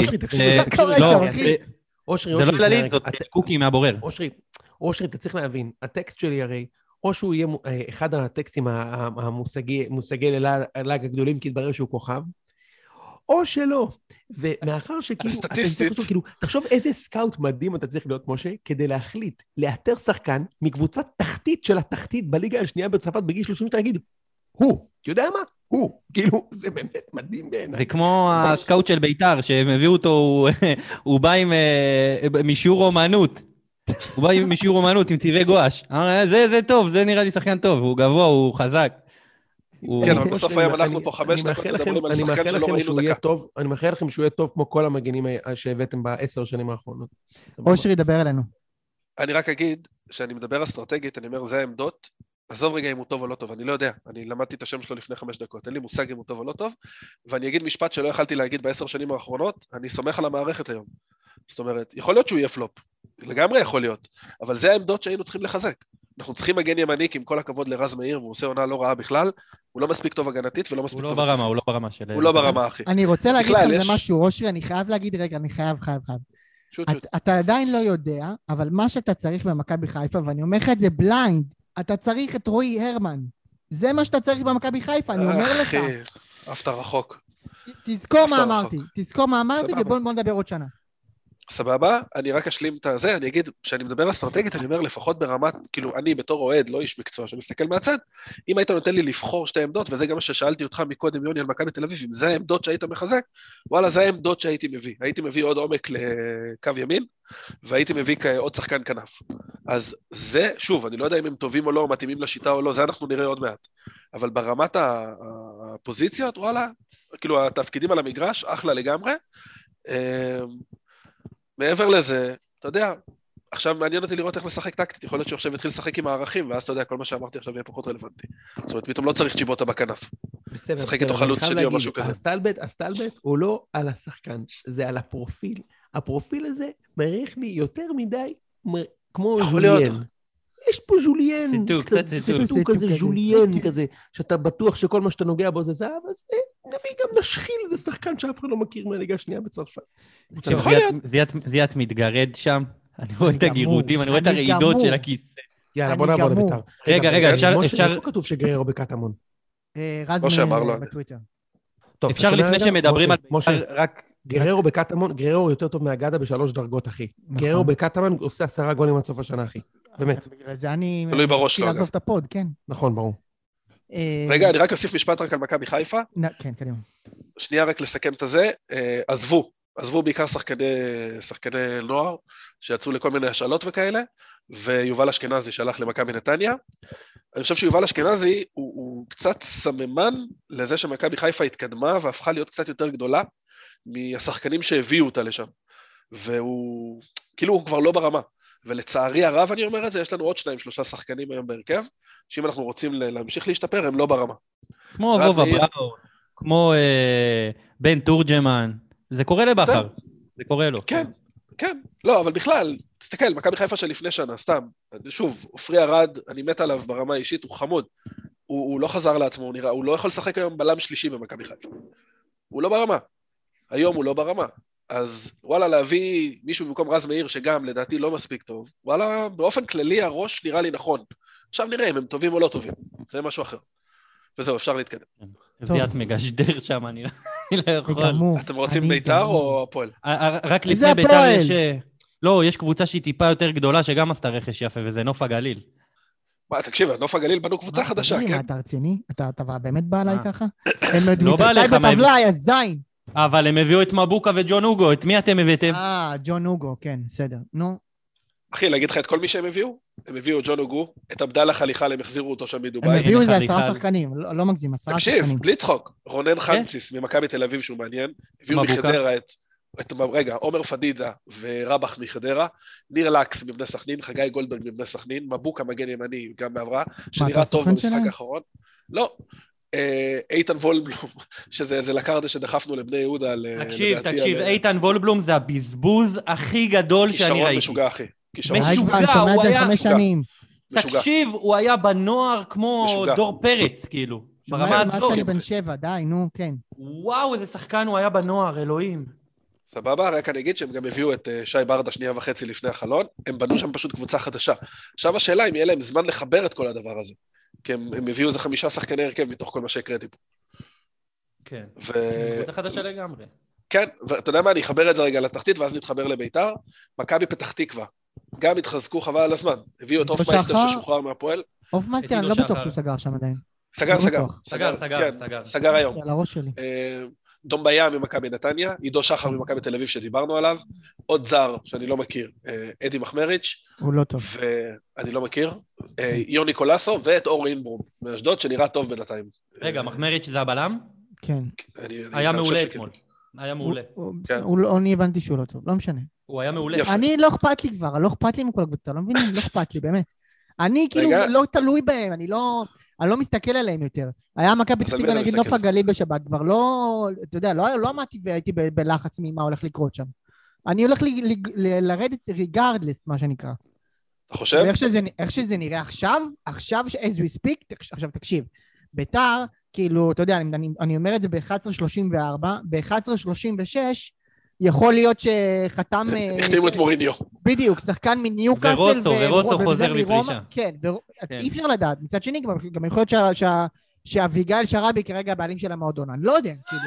אושרי, זה לא אלעלי, זאת קוקי מהבורר. אושרי, אושרי, אתה צריך להבין, הטקסט שלי הרי, או שהוא יהיה אחד הטקסטים המושגי ללאג הגדולים, כי יתברר שהוא כוכב, או שלא. ומאחר שכאילו, כאילו, תחשוב איזה סקאוט מדהים אתה צריך להיות, משה, כדי להחליט, לאתר שחקן מקבוצת תחתית של התחתית בליגה השנייה בצרפת בגיל שלושים, תגיד, הוא, אתה יודע מה? הוא, כאילו, זה באמת מדהים בעיניי. זה כמו הסקאוט של ביתר, שהם הביאו אותו, הוא בא עם משיעור אומנות, הוא בא עם משיעור אומנות, עם צבעי גואש. זה, זה טוב, זה נראה לי שחקן טוב, הוא גבוה, הוא חזק. כן, אבל בסוף היום אנחנו פה חמש דקות מדברים על שחקן שלא ראינו דקה. אני מאחל לכם שהוא יהיה טוב כמו כל המגנים שהבאתם בעשר שנים האחרונות. אושרי, דבר אלינו. אני רק אגיד שאני מדבר אסטרטגית, אני אומר, זה העמדות, עזוב רגע אם הוא טוב או לא טוב, אני לא יודע, אני למדתי את השם שלו לפני חמש דקות, אין לי מושג אם הוא טוב או לא טוב, ואני אגיד משפט שלא יכלתי להגיד בעשר שנים האחרונות, אני סומך על המערכת היום. זאת אומרת, יכול להיות שהוא יהיה פלופ, לגמרי יכול להיות, אבל זה העמדות שהיינו צריכים לחזק. אנחנו צריכים מגן ימני, עם כל הכבוד לרז מאיר, והוא עושה עונה לא רעה בכלל, הוא לא מספיק טוב הגנתית ולא מספיק טוב... הוא לא ברמה, הוא לא ברמה של... הוא לא ברמה, אחי. אני רוצה להגיד לכם למשהו, אושרי, אני חייב להגיד, רגע, אני חייב, חייב, חייב. אתה עדיין לא יודע, אבל מה שאתה צריך במכבי חיפה, ואני אומר לך את זה בליינד, אתה צריך את רועי הרמן. זה מה שאתה צריך במכבי חיפה, אני אומר לך. אחי, אהבת רחוק. תזכור מה אמרתי, תזכור מה אמרתי, ובואו נדבר עוד שנה. סבבה, אני רק אשלים את זה, אני אגיד, כשאני מדבר אסטרטגית, אני אומר לפחות ברמת, כאילו אני בתור אוהד, לא איש מקצוע, שמסתכל מהצד, אם היית נותן לי לבחור שתי עמדות, וזה גם מה ששאלתי אותך מקודם יוני על מכבי תל אביב, אם זה העמדות שהיית מחזק, וואלה, זה העמדות שהייתי מביא, הייתי מביא עוד עומק לקו ימין, והייי מביא עוד שחקן כנף. אז זה, שוב, אני לא יודע אם הם טובים או לא, מתאימים לשיטה או לא, זה אנחנו נראה עוד מעט. אבל ברמת הפוזיציות, וואלה, כאילו התפקידים על המגרש, אחלה לגמרי. מעבר לזה, אתה יודע, עכשיו מעניין אותי לראות איך לשחק טקטית, יכול להיות שעכשיו יתחיל לשחק עם הערכים, ואז אתה יודע, כל מה שאמרתי עכשיו יהיה פחות רלוונטי. זאת אומרת, פתאום לא צריך צ'יבוטה בכנף. בסדר, שחק איתו חלוץ שלי או משהו כזה. הסטלבט, הסטלבט הוא לא על השחקן, זה על הפרופיל. הפרופיל הזה מריח לי יותר מדי כמו ז'וליין. יש פה ז'וליין, סיפור כזה ז'וליין כזה, שאתה בטוח שכל מה שאתה נוגע בו זה זהב, אז נביא גם נשחיל, זה שחקן שאף אחד לא מכיר מהליגה השנייה בצרפת. זיית מתגרד שם, אני רואה את הגירודים, אני רואה את הרעידות של הכיסא. יאללה, בוא נעבור לביתר. רגע, רגע, אפשר... איפה כתוב שגררו בקטמון? רז מאיר בטוויטר. אפשר לפני שמדברים על... רק... גררו בקטמון, גררו יותר טוב מהגדה בשלוש דרגות, אחי. גררו בקטמון עושה עשרה גולים עד סוף השנה, אחי. באמת. בגלל זה אני... תלוי בראש, לא יודע. לעזוב את הפוד, כן. נכון, ברור. רגע, אני רק אוסיף משפט רק על מכבי חיפה. כן, קדימה. שנייה רק לסכם את זה. עזבו, עזבו בעיקר שחקני נוער, שיצאו לכל מיני השאלות וכאלה, ויובל אשכנזי שהלך למכבי נתניה. אני חושב שיובל אשכנזי הוא, הוא קצת סממן לזה שמכבי חיפה התקדמה והפכה להיות קצת יותר גדולה מהשחקנים שהביאו אותה לשם. והוא, כאילו הוא כבר לא ברמה. ולצערי הרב אני אומר את זה, יש לנו עוד שניים, שלושה שחקנים היום בהרכב, שאם אנחנו רוצים להמשיך להשתפר, הם לא ברמה. כמו רובה בראו, כמו אה, בן תורג'מן, זה קורה לבחר, זה קורה לו. כן, כן, לא, אבל בכלל, תסתכל, מכבי חיפה של לפני שנה, סתם, שוב, אופרי ארד, אני מת עליו ברמה האישית, הוא חמוד, הוא, הוא לא חזר לעצמו, הוא נראה, הוא לא יכול לשחק היום בלם שלישי במכבי חיפה, הוא לא ברמה, היום הוא לא ברמה, אז וואלה, להביא מישהו במקום רז מאיר, שגם לדעתי לא מספיק טוב, וואלה, באופן כללי הראש נראה לי נכון, עכשיו נראה אם הם טובים או לא טובים, זה משהו אחר, וזהו, אפשר להתקדם. זיית מגשדר שם, אני לא יכול. אתם רוצים ביתר או הפועל? רק לפני ביתר יש... לא, יש קבוצה שהיא טיפה יותר גדולה, שגם עשתה רכש יפה, וזה נוף הגליל. מה, תקשיב, נוף הגליל בנו קבוצה חדשה, כן? אתה רציני? אתה באמת בא עליי ככה? לא בא עליך, מה... בטבלה, יא זין. אבל הם הביאו את מבוקה וג'ון אוגו, את מי אתם הבאתם? אה, ג'ון אוגו, כן, בסדר, נו. אחי, להגיד לך את כל מי שהם הביאו? הם הביאו ג'ון אוגו, את עבדאללה חליחל, הם החזירו אותו שם מדוביי. הם הביאו איזה עשרה שחקנים, לא מגזים, עשרה שחקנים. תקשיב, בלי צחוק, רונן חנציס ממכבי תל אביב שהוא מעניין, הביאו מחדרה את, את, רגע, עומר פדידה ורבח מחדרה, ניר לקס מבני סכנין, חגי גולדברג מבני סכנין, מבוקה מגן ימני גם בעברה, שנראה טוב במשחק האחרון. לא, איתן וולבלום, שזה לקרדה שדחפנו לבני יהודה. תקשיב, תקשיב, איתן וולבלום זה הבזבוז הכי גדול שאני ראיתי. משוגע, אחי. משוגע, הוא היה... תקשיב, הוא היה בנוער כמו דור פרץ, כאילו. ברמה הזאת. מה שאני בן שבע, די, נו, כן. וואו, איזה שחקן הוא היה בנוער, אלוהים. סבבה, רק אני אגיד שהם גם הביאו את שי ברדה שנייה וחצי לפני החלון, הם בנו שם פשוט קבוצה חדשה. עכשיו השאלה אם יהיה להם זמן לחבר את כל הדבר הזה. כי הם, הם הביאו איזה חמישה שחקני הרכב מתוך כל מה שהקראתי פה. כן, ו... קבוצה חדשה לגמרי. כן, ואתה יודע מה, אני אחבר את זה רגע לתחתית, ואז נתחבר לביתר. מכבי פתח תקווה, גם התחזקו חבל על הזמן. הביאו את אופמייסטר ששוחרר מהפועל. אופמייסטר, אני לא בטוח שהוא סגר שם עדיין. סגר, סגר. סגר, סגר, סגר. סגר היום. על הראש שלי. דומביה ממכבי נתניה, עידו שחר ממכבי תל אביב שדיברנו עליו, עוד זר שאני לא מכיר, אדי מחמריץ'. הוא לא טוב. ואני לא מכיר, יוני קולסו, ואת אור אינברום, מאשדוד, שנראה טוב בינתיים. רגע, מחמריץ' זה הבלם? כן. היה מעולה אתמול. היה מעולה. אני הבנתי שהוא לא טוב, לא משנה. הוא היה מעולה. אני לא אכפת לי כבר, לא אכפת לי מכל הקבוצה, לא מבינים, לא אכפת לי, באמת. אני כאילו לא תלוי בהם, אני לא... אני לא מסתכל עליהם יותר. היה מכבי פתח תקווה נגד נוף הגליל בשבת, כבר לא, אתה יודע, לא עמדתי והייתי בלחץ ממה הולך לקרות שם. אני הולך לרדת ריגארדלס, מה שנקרא. אתה חושב? איך שזה נראה עכשיו, עכשיו as we speak, עכשיו תקשיב, ביתר, כאילו, אתה יודע, אני אומר את זה ב-אחת עשרה שלושים וארבע, ב-אחת עשרה שלושים ושש, יכול להיות שחתם... החתימו את מוריניו. בדיוק, שחקן מניוקאסל... ורוסו, ורוסו חוזר מפרישה. כן, אי אפשר לדעת. מצד שני, גם יכול להיות שאביגיל שרבי כרגע הבעלים של המועדון. אני לא יודע, כאילו.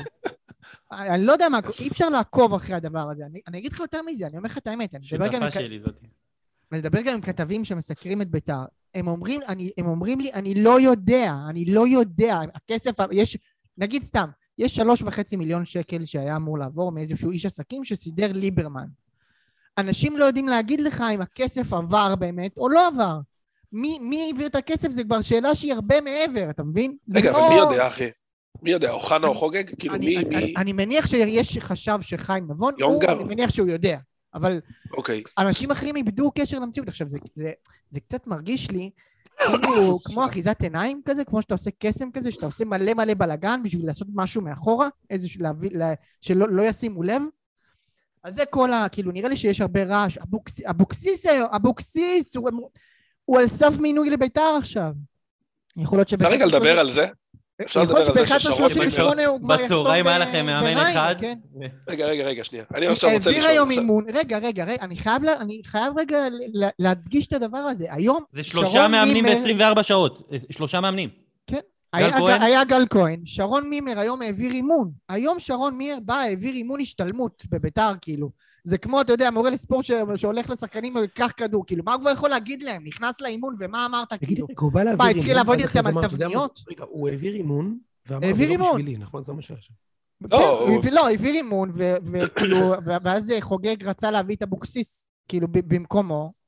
אני לא יודע מה, אי אפשר לעקוב אחרי הדבר הזה. אני אגיד לך יותר מזה, אני אומר לך את האמת. שותפה שלי זאתי. אני מדבר גם עם כתבים שמסקרים את ביתר. הם אומרים לי, אני לא יודע, אני לא יודע. הכסף, יש, נגיד סתם, יש שלוש וחצי מיליון שקל שהיה אמור לעבור מאיזשהו איש עסקים שסידר ליברמן. אנשים לא יודעים להגיד לך אם הכסף עבר באמת או לא עבר. מי, מי העביר את הכסף זה כבר שאלה שהיא הרבה מעבר, אתה מבין? רגע, אבל מי יודע, אחי? מי יודע, אוחנה או חוגג? כאילו מי... אני מניח שיש חשב שחיים נבון, אני מניח שהוא יודע. אבל אנשים אחרים איבדו קשר למציאות. עכשיו, זה קצת מרגיש לי כאילו, כמו אחיזת עיניים כזה, כמו שאתה עושה קסם כזה, שאתה עושה מלא מלא בלגן בשביל לעשות משהו מאחורה, איזשהו להביא, שלא לא ישימו לב. אז זה כל ה... כאילו, נראה לי שיש הרבה רעש. אבוקסיס, אבוקסיס, אבוקסיס, הוא, הוא על סף מינוי לביתר עכשיו. יכול להיות שבאחד... רגע לדבר על זה? יכול להיות שבאחד שלושים ושמונה הוא כבר יחתום... בצהריים היה לכם מאמן אחד. רגע, רגע, רגע, שנייה. אני עכשיו רוצה לשאול... היום אימון... רגע, רגע, רגע, אני חייב רגע להדגיש את הדבר הזה. היום... זה שלושה מאמנים ב-עשרים וארבע שעות. שלושה מאמנים. כן. היה גל כהן. שרון מימר היום העביר אימון. היום שרון מימר בא, העביר אימון השתלמות בביתר, כאילו. זה כמו, אתה יודע, מורה לספורט שהולך לשחקנים ולקח כדור, כאילו, מה הוא כבר יכול להגיד להם? נכנס לאימון, ומה אמרת, כאילו? מה, התחיל לעבוד איתם על תבניות? רגע, הוא העביר אימון, ואמר, זה לא בשבילי, נכון? זה מה שהיה שם. כן, לא, העביר אימון, וכאילו, ואז חוגג רצה להביא את אבוקסיס, כאילו, במקומו,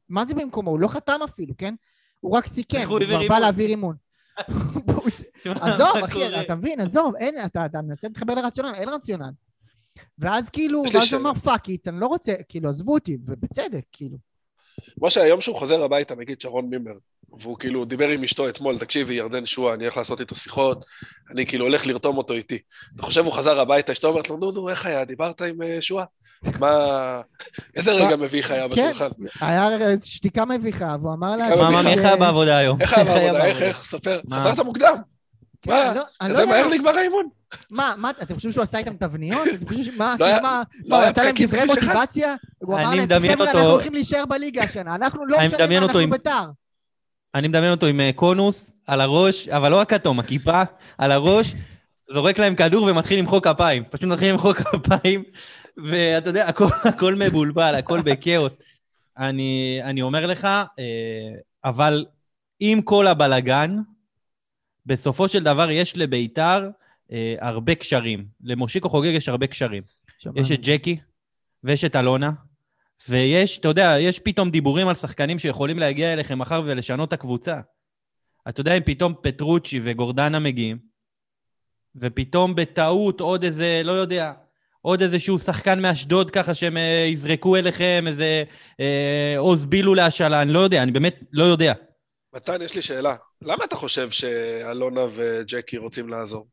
מה זה במקומו? הוא לא חתם אפילו, כן? הוא רק סיכם, הוא כבר בא להעביר אימון. עזוב, אחי, אתה מבין, עזוב, אין, אתה מנסה להתחבר לרציונל, אין רציונל. ואז כאילו, ואז הוא אמר, פאק איט, אני לא רוצה, כאילו, עזבו אותי, ובצדק, כאילו. משה, היום שהוא חוזר הביתה, נגיד שרון מימר, והוא כאילו דיבר עם אשתו אתמול, תקשיבי, ירדן שואה, אני הולך לעשות איתו שיחות, אני כאילו הולך לרתום אותו איתי. אתה חושב, הוא חזר הביתה, אשתו אומרת לו, נו, נו, איך היה, דיברת עם שואה? מה... איזה רגע מביך היה בשולחן? כן, היה שתיקה מביכה, והוא אמר לה... מה, איך היה בעבודה היום? איך היה בעבודה, איך, איך, ספר, חזרת מוקדם. מה, כזה מהר נגמר האימון? מה, מה, אתם חושבים שהוא עשה איתם תבניות? אתם חושבים, מה, מה, מה, נתן להם דברי מוטיבציה? הוא אמר להם, חבר'ה, אנחנו הולכים להישאר בליגה השנה, אנחנו לא משנה מה, אנחנו בית"ר. אני מדמיין אותו עם קונוס על הראש, אבל לא הכתום, הכיפה על הראש, זורק להם כדור ומתחיל למחוא כפיים. פשוט מתחיל למחוא כפיים, ואתה יודע, הכל מבולבל, הכל בקאוס. אני אומר לך, אבל עם כל הבלגן, בסופו של דבר יש לביתר אה, הרבה קשרים. למושיקו חוגג יש הרבה קשרים. שמה. יש את ג'קי, ויש את אלונה, ויש, אתה יודע, יש פתאום דיבורים על שחקנים שיכולים להגיע אליכם מחר ולשנות את הקבוצה. אתה יודע, אם פתאום פטרוצ'י וגורדנה מגיעים, ופתאום בטעות עוד איזה, לא יודע, עוד איזשהו שחקן מאשדוד ככה שהם אה, יזרקו אליכם, איזה אה, עוז בילו להשאלה, אני לא יודע, אני באמת לא יודע. מתן, יש לי שאלה. למה אתה חושב שאלונה וג'קי רוצים לעזור?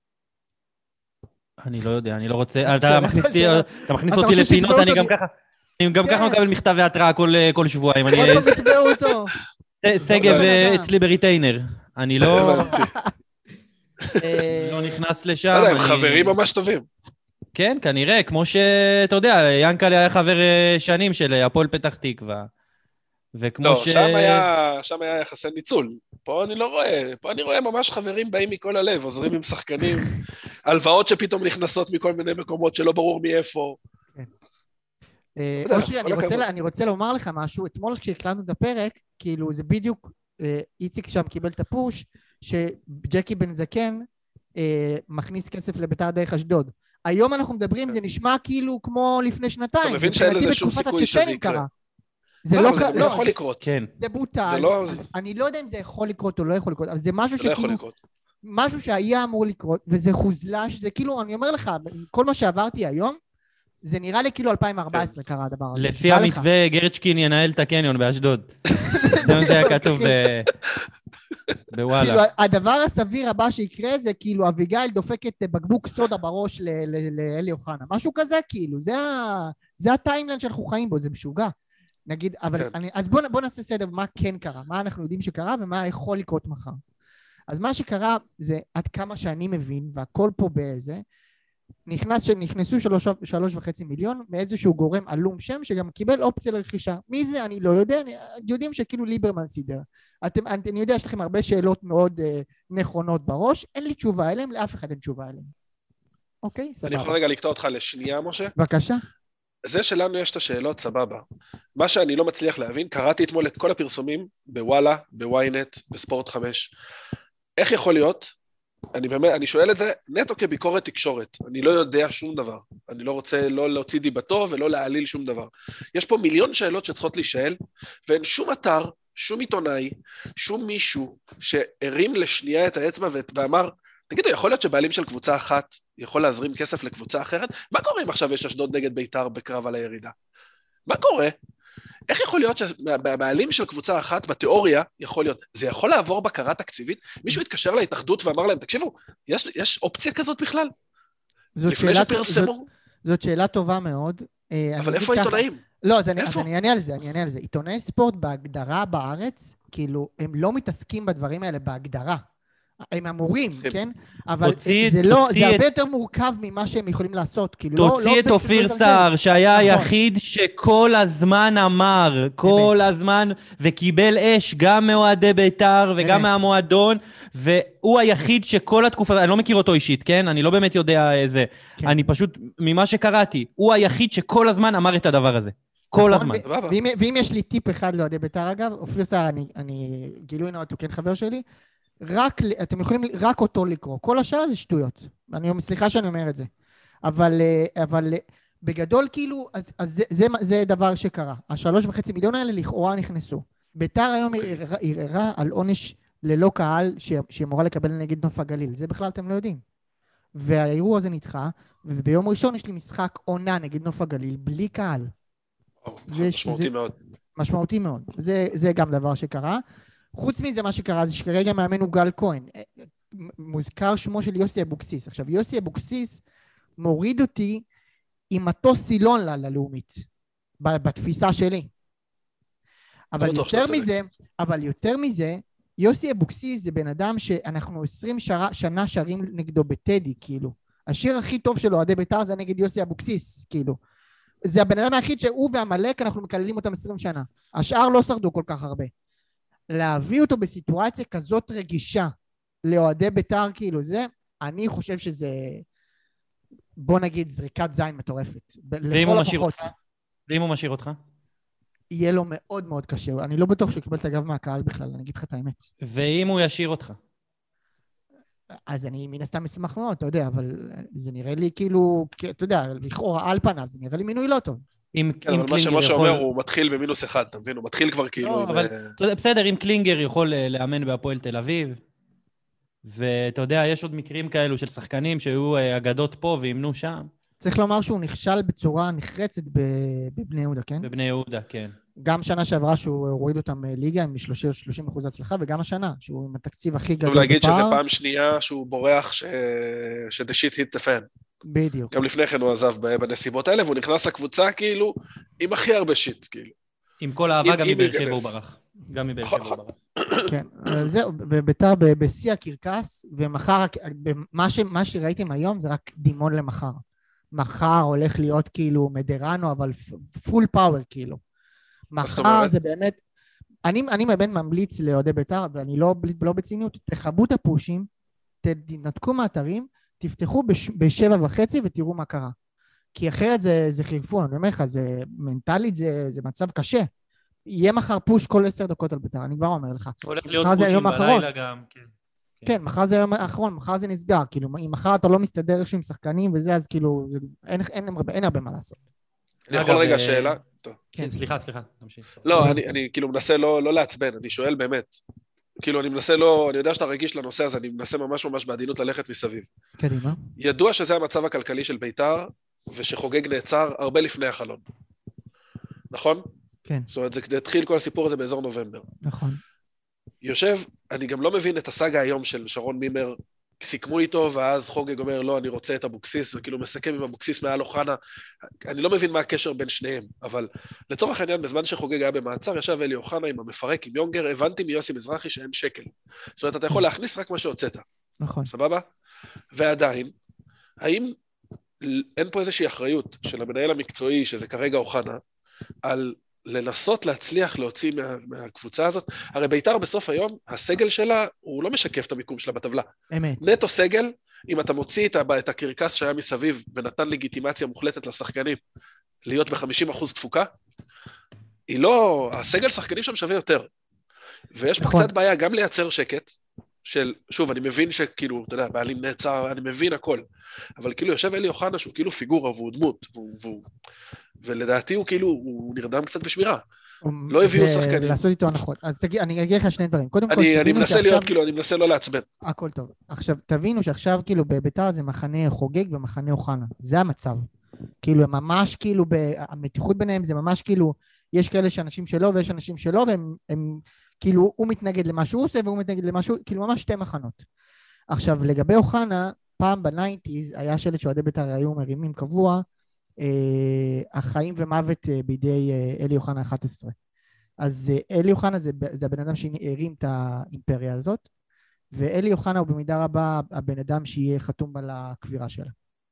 אני לא יודע, אני לא רוצה... אתה מכניס אותי לפינות, אני גם ככה... אני גם ככה מקבל מכתב והתראה כל שבועיים. עוד לא מתבעו אותו. סגב אצלי בריטיינר. אני לא... לא נכנס לשם. לא יודע, הם חברים ממש טובים. כן, כנראה, כמו שאתה יודע, ינקלי היה חבר שנים של הפועל פתח תקווה. וכמו לא, ש... שם היה, שם היה יחסי ניצול. פה אני לא רואה, פה אני רואה ממש חברים באים מכל הלב, עוזרים עם שחקנים, הלוואות שפתאום נכנסות מכל מיני מקומות שלא ברור מאיפה. אושרי, אני רוצה לומר לך משהו, אתמול כשהקלטנו את הפרק, כאילו זה בדיוק, איציק שם קיבל את הפוש, שג'קי בן זקן מכניס כסף לביתר דרך אשדוד. היום אנחנו מדברים, זה נשמע כאילו כמו לפני שנתיים. אתה מבין שאין לזה שום סיכוי שזה יקרה. זה לא יכול לקרות. זה בוטל. אני לא יודע אם זה יכול לקרות או לא יכול לקרות, אבל זה משהו שכאילו... משהו שהיה אמור לקרות, וזה חוזלש, זה כאילו, אני אומר לך, כל מה שעברתי היום, זה נראה לי כאילו אלפיים וארבע עשרה קרה הדבר הזה. לפי המתווה, גרצ'קין ינהל את הקניון באשדוד. זה מה שהיה כתוב בוואלה. כאילו, הדבר הסביר הבא שיקרה זה כאילו אביגיל דופקת בקבוק סודה בראש לאלי אוחנה. משהו כזה כאילו, זה הטיימליין שאנחנו חיים בו, זה משוגע. נגיד, אבל אני, אז בוא, בוא נעשה סדר מה כן קרה, מה אנחנו יודעים שקרה ומה יכול לקרות מחר. אז מה שקרה זה עד כמה שאני מבין, והכל פה באיזה, נכנס, נכנסו שלוש, שלוש וחצי מיליון מאיזשהו גורם עלום שם שגם קיבל אופציה לרכישה. מי זה? אני לא יודע, אני, יודעים שכאילו ליברמן סידר. אתם, אני, אני יודע, יש לכם הרבה שאלות מאוד אה, נכונות בראש, אין לי תשובה אליהם, לאף אחד אין תשובה אליהם. אוקיי, סבבה. אני יכול רגע לקטוע אותך לשנייה, משה? בבקשה. זה שלנו יש את השאלות, סבבה. מה שאני לא מצליח להבין, קראתי אתמול את כל הפרסומים בוואלה, בוויינט, בספורט חמש. איך יכול להיות? אני באמת, אני שואל את זה נטו כביקורת תקשורת. אני לא יודע שום דבר. אני לא רוצה לא להוציא דיבתו ולא להעליל שום דבר. יש פה מיליון שאלות שצריכות להישאל, ואין שום אתר, שום עיתונאי, שום מישהו שהרים לשנייה את האצבע ואמר, תגידו, יכול להיות שבעלים של קבוצה אחת יכול להזרים כסף לקבוצה אחרת? מה קורה אם עכשיו יש אשדוד נגד ביתר בקרב על הירידה? מה קורה? איך יכול להיות שהבעלים של קבוצה אחת, בתיאוריה, יכול להיות, זה יכול לעבור בקרה תקציבית? מישהו התקשר להתאחדות ואמר להם, תקשיבו, יש, יש אופציה כזאת בכלל? זאת שאלה, זאת, זאת שאלה טובה מאוד. אבל איפה העיתונאים? לא, אז אני, אז אני אענה על זה, אני אענה על זה. עיתונאי ספורט בהגדרה בארץ, כאילו, הם לא מתעסקים בדברים האלה בהגדרה. הם אמורים, כן? אבל זה לא, זה הרבה יותר מורכב ממה שהם יכולים לעשות. תוציא את אופיר סער, שהיה היחיד שכל הזמן אמר, כל הזמן, וקיבל אש גם מאוהדי ביתר וגם מהמועדון, והוא היחיד שכל התקופה, אני לא מכיר אותו אישית, כן? אני לא באמת יודע איזה, אני פשוט, ממה שקראתי, הוא היחיד שכל הזמן אמר את הדבר הזה. כל הזמן. ואם יש לי טיפ אחד לאוהדי ביתר, אגב, אופיר סער, אני גילוי נאות, הוא כן חבר שלי, רק, אתם יכולים רק אותו לקרוא. כל השאר זה שטויות. אני סליחה שאני אומר את זה. אבל, אבל בגדול כאילו, אז, אז זה, זה, זה דבר שקרה. השלוש וחצי מיליון האלה לכאורה נכנסו. ביתר היום ערערה על עונש ללא קהל שאמורה לקבל נגד נוף הגליל. זה בכלל אתם לא יודעים. והאירוע הזה נדחה, וביום ראשון יש לי משחק עונה נגד נוף הגליל בלי קהל. זה משמעותי מאוד. משמעותי מאוד. זה, זה גם דבר שקרה. חוץ מזה מה שקרה זה שכרגע מאמן הוא גל כהן. מוזכר שמו של יוסי אבוקסיס. עכשיו יוסי אבוקסיס מוריד אותי עם מטוס סילון ללאומית, בתפיסה שלי. אבל יותר מזה, אבל יותר מזה, יוסי אבוקסיס זה בן אדם שאנחנו עשרים שנה שרים נגדו בטדי, כאילו. השיר הכי טוב שלו, אוהדי בית"ר, זה נגד יוסי אבוקסיס, כאילו. זה הבן אדם היחיד שהוא והמלאק, אנחנו מקללים אותם עשרים שנה. השאר לא שרדו כל כך הרבה. להביא אותו בסיטואציה כזאת רגישה, לאוהדי בית"ר, כאילו זה, אני חושב שזה, בוא נגיד, זריקת זין מטורפת. ואם הוא משאיר אותך? ואם הוא משאיר אותך? יהיה לו מאוד מאוד קשה. אני לא בטוח שהוא יקבל את הגב מהקהל בכלל, אני אגיד לך את האמת. ואם הוא ישאיר אותך? אז אני מן הסתם אשמח מאוד, אתה יודע, אבל זה נראה לי כאילו, אתה יודע, לכאורה על פניו, זה נראה לי מינוי לא טוב. כן, אבל מה שמשה אומר, הוא מתחיל במינוס אחד, אתה מבין? הוא מתחיל כבר כאילו... בסדר, אם קלינגר יכול לאמן בהפועל תל אביב, ואתה יודע, יש עוד מקרים כאלו של שחקנים שהיו אגדות פה וימנו שם. צריך לומר שהוא נכשל בצורה נחרצת בבני יהודה, כן? בבני יהודה, כן. גם שנה שעברה שהוא הוריד אותם ליגה עם שלושים אחוז הצלחה, וגם השנה, שהוא עם התקציב הכי גדול בפער. להגיד שזה פעם שנייה שהוא בורח ש-the shit hit the fan. בדיוק. גם לפני כן הוא עזב בנסיבות האלה, והוא נכנס לקבוצה כאילו, עם הכי הרבה שיט, כאילו. עם כל האהבה, גם מבאר שבע הוא ברח. גם מבאר שבע הוא ברח. כן, זהו, בית"ר בשיא הקרקס, ומחר, מה שראיתם היום זה רק דימון למחר. מחר הולך להיות כאילו מדרנו, אבל פול פאוור כאילו. מחר זה באמת, אני, אני באמת ממליץ לאוהדי בית"ר, ואני לא, לא בציניות, תחבו את הפושים, תנתקו מהאתרים, תפתחו בש, בשבע וחצי ותראו מה קרה. כי אחרת זה, זה חרפון, אני אומר לך, זה מנטלית, זה, זה מצב קשה. יהיה מחר פוש כל עשר דקות על בית"ר, אני כבר אומר לך. הולך להיות פושים בלילה גם, כן. כן, מחר זה היום האחרון, מחר זה נסגר, כאילו, אם מחר אתה לא מסתדר איכשהו עם שחקנים וזה, אז כאילו, אין, אין, אין, אין הרבה מה לעשות. אני יכול רגע שאלה? כן, סליחה, סליחה, תמשיך. לא, אני, אני כאילו מנסה לא, לא לעצבן, אני שואל באמת. כאילו, אני מנסה לא, אני יודע שאתה רגיש לנושא הזה, אני מנסה ממש ממש בעדינות ללכת מסביב. קדימה. ידוע שזה המצב הכלכלי של בית"ר, ושחוגג נעצר הרבה לפני החלון. נכון? כן. זאת אומרת, זה התחיל כל הסיפור הזה באזור נובמבר. נכון. יושב, אני גם לא מבין את הסאגה היום של שרון מימר, סיכמו איתו, ואז חוגג אומר, לא, אני רוצה את אבוקסיס, וכאילו מסכם עם אבוקסיס מעל אוחנה. אני לא מבין מה הקשר בין שניהם, אבל לצורך העניין, בזמן שחוגג היה במעצר, ישב אלי אוחנה עם המפרק, עם יונגר, הבנתי מיוסי מזרחי שאין שקל. זאת אומרת, אתה יכול להכניס רק מה שהוצאת. נכון. סבבה? ועדיין, האם אין פה איזושהי אחריות של המנהל המקצועי, שזה כרגע אוחנה, על לנסות להצליח להוציא מה, מהקבוצה הזאת? הרי בית"ר בסוף היום, הסגל שלה, הוא לא משקף את המיקום שלה בטבלה. אמת. נטו סגל, אם אתה מוציא את, את הקרקס שהיה מסביב, ונתן לגיטימציה מוחלטת לשחקנים, להיות ב-חמישים אחוז תפוקה, היא לא, הסגל שחקנים שם שווה יותר. ויש פה קצת בעיה גם לייצר שקט, של, שוב, אני מבין שכאילו, אתה יודע, בעלים נעצר, אני מבין הכל, אבל כאילו יושב אלי אוחנה, שהוא כאילו פיגורה, והוא דמות, והוא, והוא, ולדעתי הוא כאילו, הוא נרדם קצת בשמירה. לא הביאו שחקנים. לעשות איתו הנחות. אז תגיד, אני אגיד לך שני דברים. קודם כל, אני מנסה להיות, כאילו, אני מנסה לא לעצבן. הכל טוב. עכשיו, תבינו שעכשיו, כאילו, בבית"ר זה מחנה חוגג ומחנה אוחנה. זה המצב. כאילו, ממש, כאילו, המתיחות ביניהם זה ממש, כאילו, יש כאלה שאנשים שלו ויש אנשים שלו, והם, הם, כאילו, הוא מתנגד למה שהוא עושה, והוא מתנגד למשהו, כאילו, ממש שתי מחנות. עכשיו, לגבי אוחנה, פעם בניינטיז, היה שלט שאוהדי בית"ר היו מרימים קבוע, החיים ומוות בידי אלי אוחנה אחת עשרה. אז אלי אוחנה זה, זה הבן אדם שהרים את האימפריה הזאת, ואלי אוחנה הוא במידה רבה הבן אדם שיהיה חתום על הקבירה שלה.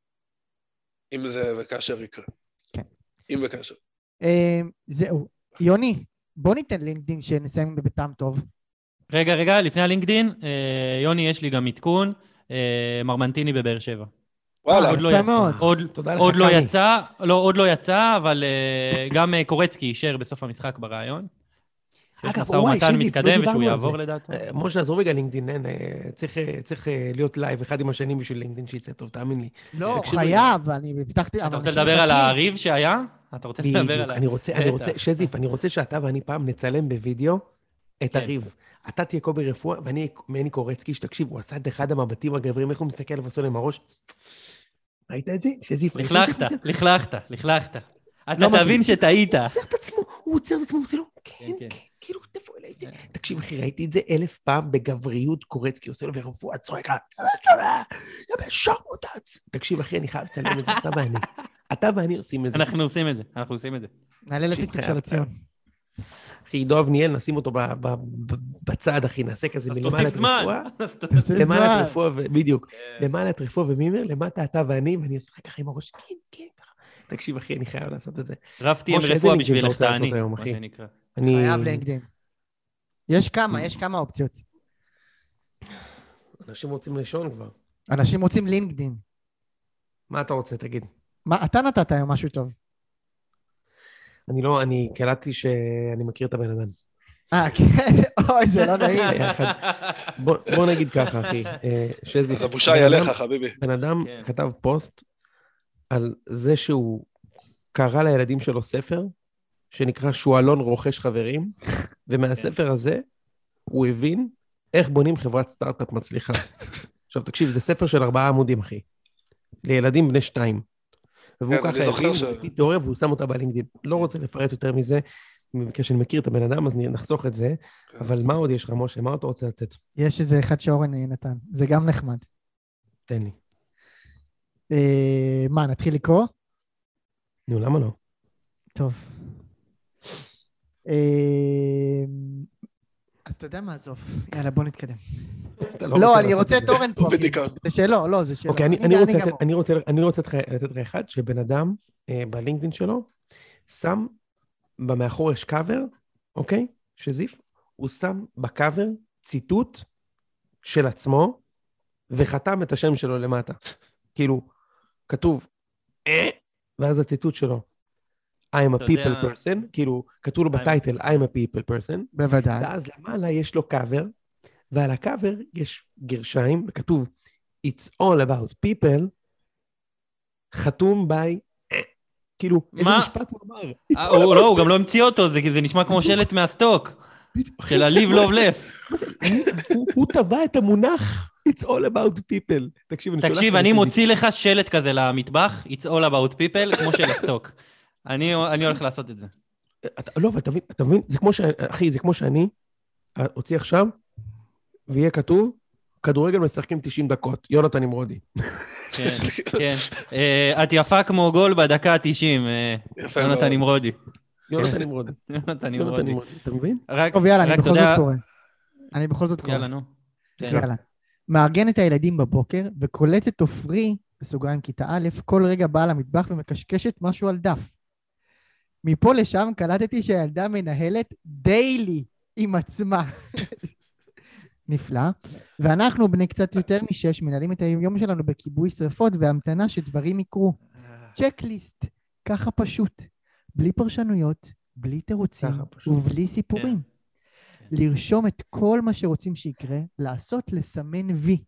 אם זה וכאשר יקרה. כן. אם וכאשר. זהו. יוני, בוא ניתן לינקדין שנסיים בביתם טוב. רגע, רגע, לפני הלינקדין, יוני, יש לי גם עדכון, מרמנטיני בבאר שבע. וואלה, עוד לא יצא, עוד, עוד לא יצא, לא, עוד לא יצא, אבל uh, גם uh, קורצקי יישאר בסוף המשחק ברעיון. שיש משא ומתן מתקדם ושהוא יעבור לדעתו. משה, עזוב רגע לינקדין, צריך להיות לייב אחד עם השנים בשביל לינקדין שיצא טוב, תאמין לי. לא, חייב, אני הבטחתי... אתה רוצה לדבר על הריב שהיה? אתה רוצה לדבר על... אני רוצה, אני רוצה, שזיף, אני רוצה שאתה ואני פעם נצלם בווידאו את הריב. אתה תהיה קובי רפואה, ואני מני קורצקי, שתקשיב, הוא עשה את אחד המבטים הגברים, איך הוא מסתכל לבסון עם הראש. ראית את זה? שזיף. לכלכת, לכלכת, לכלכת. אתה תבין שטעית. הוא עוצר את עצמו, הוא עוצר את עצמו, הוא עושה לו, כן, כן, כאילו, תבוא אליי. תקשיב, אחי, ראיתי את זה אלף פעם בגבריות קורצקי, עושה לו ורפואה צועקה, יא בשרמוטץ. תקשיב, אחי, אני חייב לצלם את זה, אתה ואני. אתה ואני עושים את זה. אנחנו עושים את זה, אנחנו עושים את זה. נעלה לטיקטוק של הציון. אחי, עידו אבניאל, נשים אותו בצד, אחי, נעשה כזה מלמעלה את רפואה. למעלה את רפואה, בדיוק. למעלה את רפואה ומימר, למטה אתה ואני, ואני עושה ככה עם הראש, כן, כן, ככה. תקשיב, אחי, אני חייב לעשות את זה. רבתי עם רפואה בשבילך, תעני. חייב לינקדין. יש כמה, יש כמה אופציות. אנשים רוצים לישון כבר. אנשים רוצים לינקדין. מה אתה רוצה, תגיד? מה, אתה נתת היום משהו טוב. אני לא, אני קלטתי שאני מכיר את הבן אדם. אה, כן? אוי, זה לא נעים. בוא נגיד ככה, אחי. שזיף. אז הבושה היא עליך, חביבי. בן אדם כתב פוסט על זה שהוא קרא לילדים שלו ספר, שנקרא שואלון רוכש חברים, ומהספר הזה הוא הבין איך בונים חברת סטארט-אפ מצליחה. עכשיו, תקשיב, זה ספר של ארבעה עמודים, אחי. לילדים בני שתיים. והוא ככה הבין, לפי תיאוריה, והוא שם אותה בלינקדין. לא רוצה לפרט יותר מזה, כשאני מכיר את הבן אדם, אז נחסוך את זה. אבל מה עוד יש לך, משה? מה אתה רוצה לתת? יש איזה אחד שאורן נתן. זה גם נחמד. תן לי. מה, נתחיל לקרוא? נו, למה לא? טוב. אז אתה יודע מה, עזוב. יאללה, בוא נתקדם. לא, אני רוצה את אורן פה. זה שלו, לא, זה שלו. אוקיי, אני רוצה לתת לך אחד, שבן אדם בלינקדין שלו, שם במאחור יש קאבר, אוקיי? שזיף, הוא שם בקאבר ציטוט של עצמו, וחתם את השם שלו למטה. כאילו, כתוב, אה, ואז הציטוט שלו, I'm a people person, כאילו, כתוב לו בטייטל, I'm a people person. בוודאי. ואז למעלה יש לו קאבר, ועל הקאבר יש גרשיים, וכתוב, It's all about people, חתום by, כאילו, איזה משפט הוא אמר? לא, הוא גם לא המציא אותו, זה נשמע כמו שלט מהסטוק, של ה-Live Love Left. הוא טבע את המונח, It's all about people. תקשיב, אני מוציא לך שלט כזה למטבח, It's all about people, כמו של הסטוק. אני הולך לעשות את זה. לא, אבל אתה מבין, זה כמו ש... אחי, זה כמו שאני הוציא עכשיו, ויהיה כתוב, כדורגל משחקים תשעים דקות, יונתן נמרודי. כן, כן. את יפה כמו גול בדקה ה-תשעים, יונתן נמרודי. יונתן נמרודי. יונתן נמרודי. אתה מבין? טוב, יאללה, אני בכל זאת קורא. אני בכל זאת קורא. יאללה, נו. יאללה. מארגן את הילדים בבוקר, וקולט את עופרי, בסוגריים כיתה א', כל רגע באה למטבח ומקשקשת משהו על דף. מפה לשם קלטתי שהילדה מנהלת דיילי עם עצמה. נפלא. ואנחנו בני קצת יותר משש מנהלים את היום שלנו בכיבוי שרפות והמתנה שדברים יקרו. צ'קליסט, ככה פשוט. בלי פרשנויות, בלי תירוצים ובלי סיפורים. לרשום את כל מה שרוצים שיקרה, לעשות לסמן וי.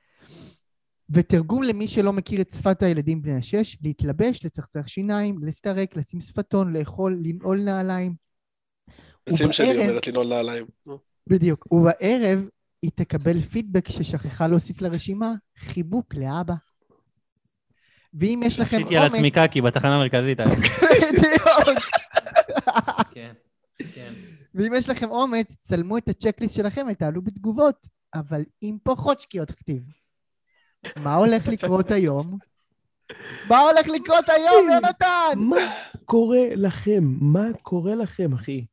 ותרגום למי שלא מכיר את שפת הילדים בני השש, להתלבש, לצחצח שיניים, לסתרק, לשים שפתון, לאכול, לנעול נעליים. עצים שלי אומרת לנעול נעליים. בדיוק. ובערב היא תקבל פידבק ששכחה להוסיף לרשימה, חיבוק לאבא. ואם יש לכם עומק... עשיתי על עצמי קקי בתחנה המרכזית. בדיוק. כן, כן. ואם יש לכם אומץ, צלמו את הצ'קליסט שלכם ותעלו בתגובות, אבל עם פחות שקיעות כתיב. מה הולך לקרות היום? מה הולך לקרות היום, יונתן? מה קורה לכם? מה קורה לכם, אחי?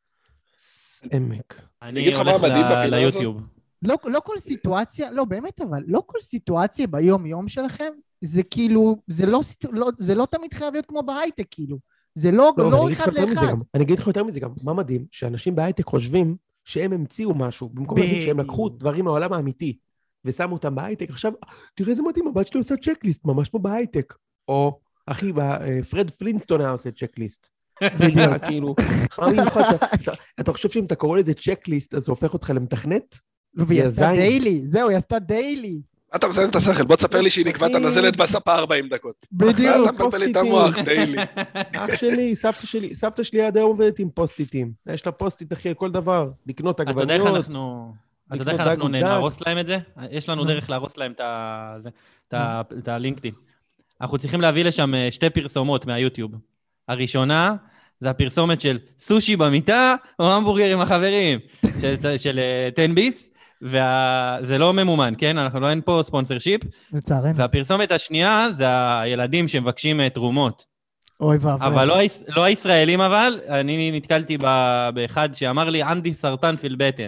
עמק. אני הולך ליוטיוב. לא כל סיטואציה, לא באמת אבל, לא כל סיטואציה ביום יום שלכם, זה כאילו, זה לא תמיד חייב להיות כמו בהייטק, כאילו. זה לא אחד לאחד. אני אגיד לך יותר מזה גם, מה מדהים? שאנשים בהייטק חושבים שהם המציאו משהו, במקום להגיד שהם לקחו דברים מהעולם האמיתי, ושמו אותם בהייטק. עכשיו, תראה איזה מדהים, הבת שלי עושה צ'קליסט, ממש כמו בהייטק. או, אחי, פרד פלינסטון היה עושה צ'קליסט. כאילו, מה מיוחד, אתה חושב שאם אתה קורא לזה צ'קליסט, אז זה הופך אותך למתכנת? והיא עשתה דיילי, זהו, היא עשתה דיילי. אתה מזיין את השכל, בוא תספר לי שהיא נקבע את הנזלת בספה ארבעים דקות. בדיוק. אתה מבלבל לי את המוח, דיילי. אח שלי, סבתא שלי, סבתא שלי עד היום עובדת עם פוסטיטים. יש לה פוסטיט, אחי, כל דבר. לקנות עגבניות. אתה יודע איך אנחנו... אתה יודע איך אנחנו נהרוס להם את זה? יש לנו דרך להרוס להם את הלינקדאין. אנחנו צריכים להביא לשם שתי פרסומות מהיוטיוב. הראשונה, זה הפרסומת של סושי במיטה, או המבורגר עם החברים, של טן ביס, וזה לא ממומן, כן? אנחנו לא אין פה ספונסר שיפ. לצערנו. והפרסומת השנייה, זה הילדים שמבקשים תרומות. אוי ואבוי. אבל לא הישראלים אבל, אני נתקלתי באחד שאמר לי, אנדי סרטן פיל בטן.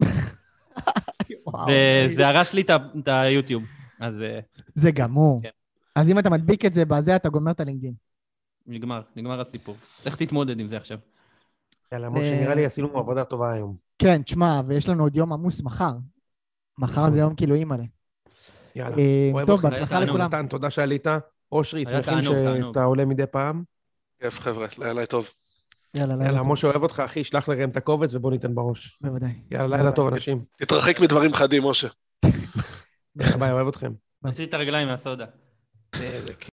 וזה הרס לי את היוטיוב. זה גמור. אז אם אתה מדביק את זה, בזה אתה גומר את הלינקדאין. נגמר, נגמר הסיפור. איך תתמודד עם זה עכשיו? יאללה, משה, נראה לי עשינו עבודה טובה היום. כן, תשמע, ויש לנו עוד יום עמוס מחר. מחר זה יום כאילו אימא'לה. יאללה. טוב, בהצלחה לכולם. תודה שעלית. אושרי, שמחים שאתה עולה מדי פעם. כיף, חבר'ה, לילה טוב. יאללה, משה אוהב אותך, אחי, שלח לכם את הקובץ ובוא ניתן בראש. בוודאי. יאללה, לילה טוב, אנשים. תתרחק מדברים חדים, משה. ביי, אוהב אתכם. תוציא את הרגליים מהסודה.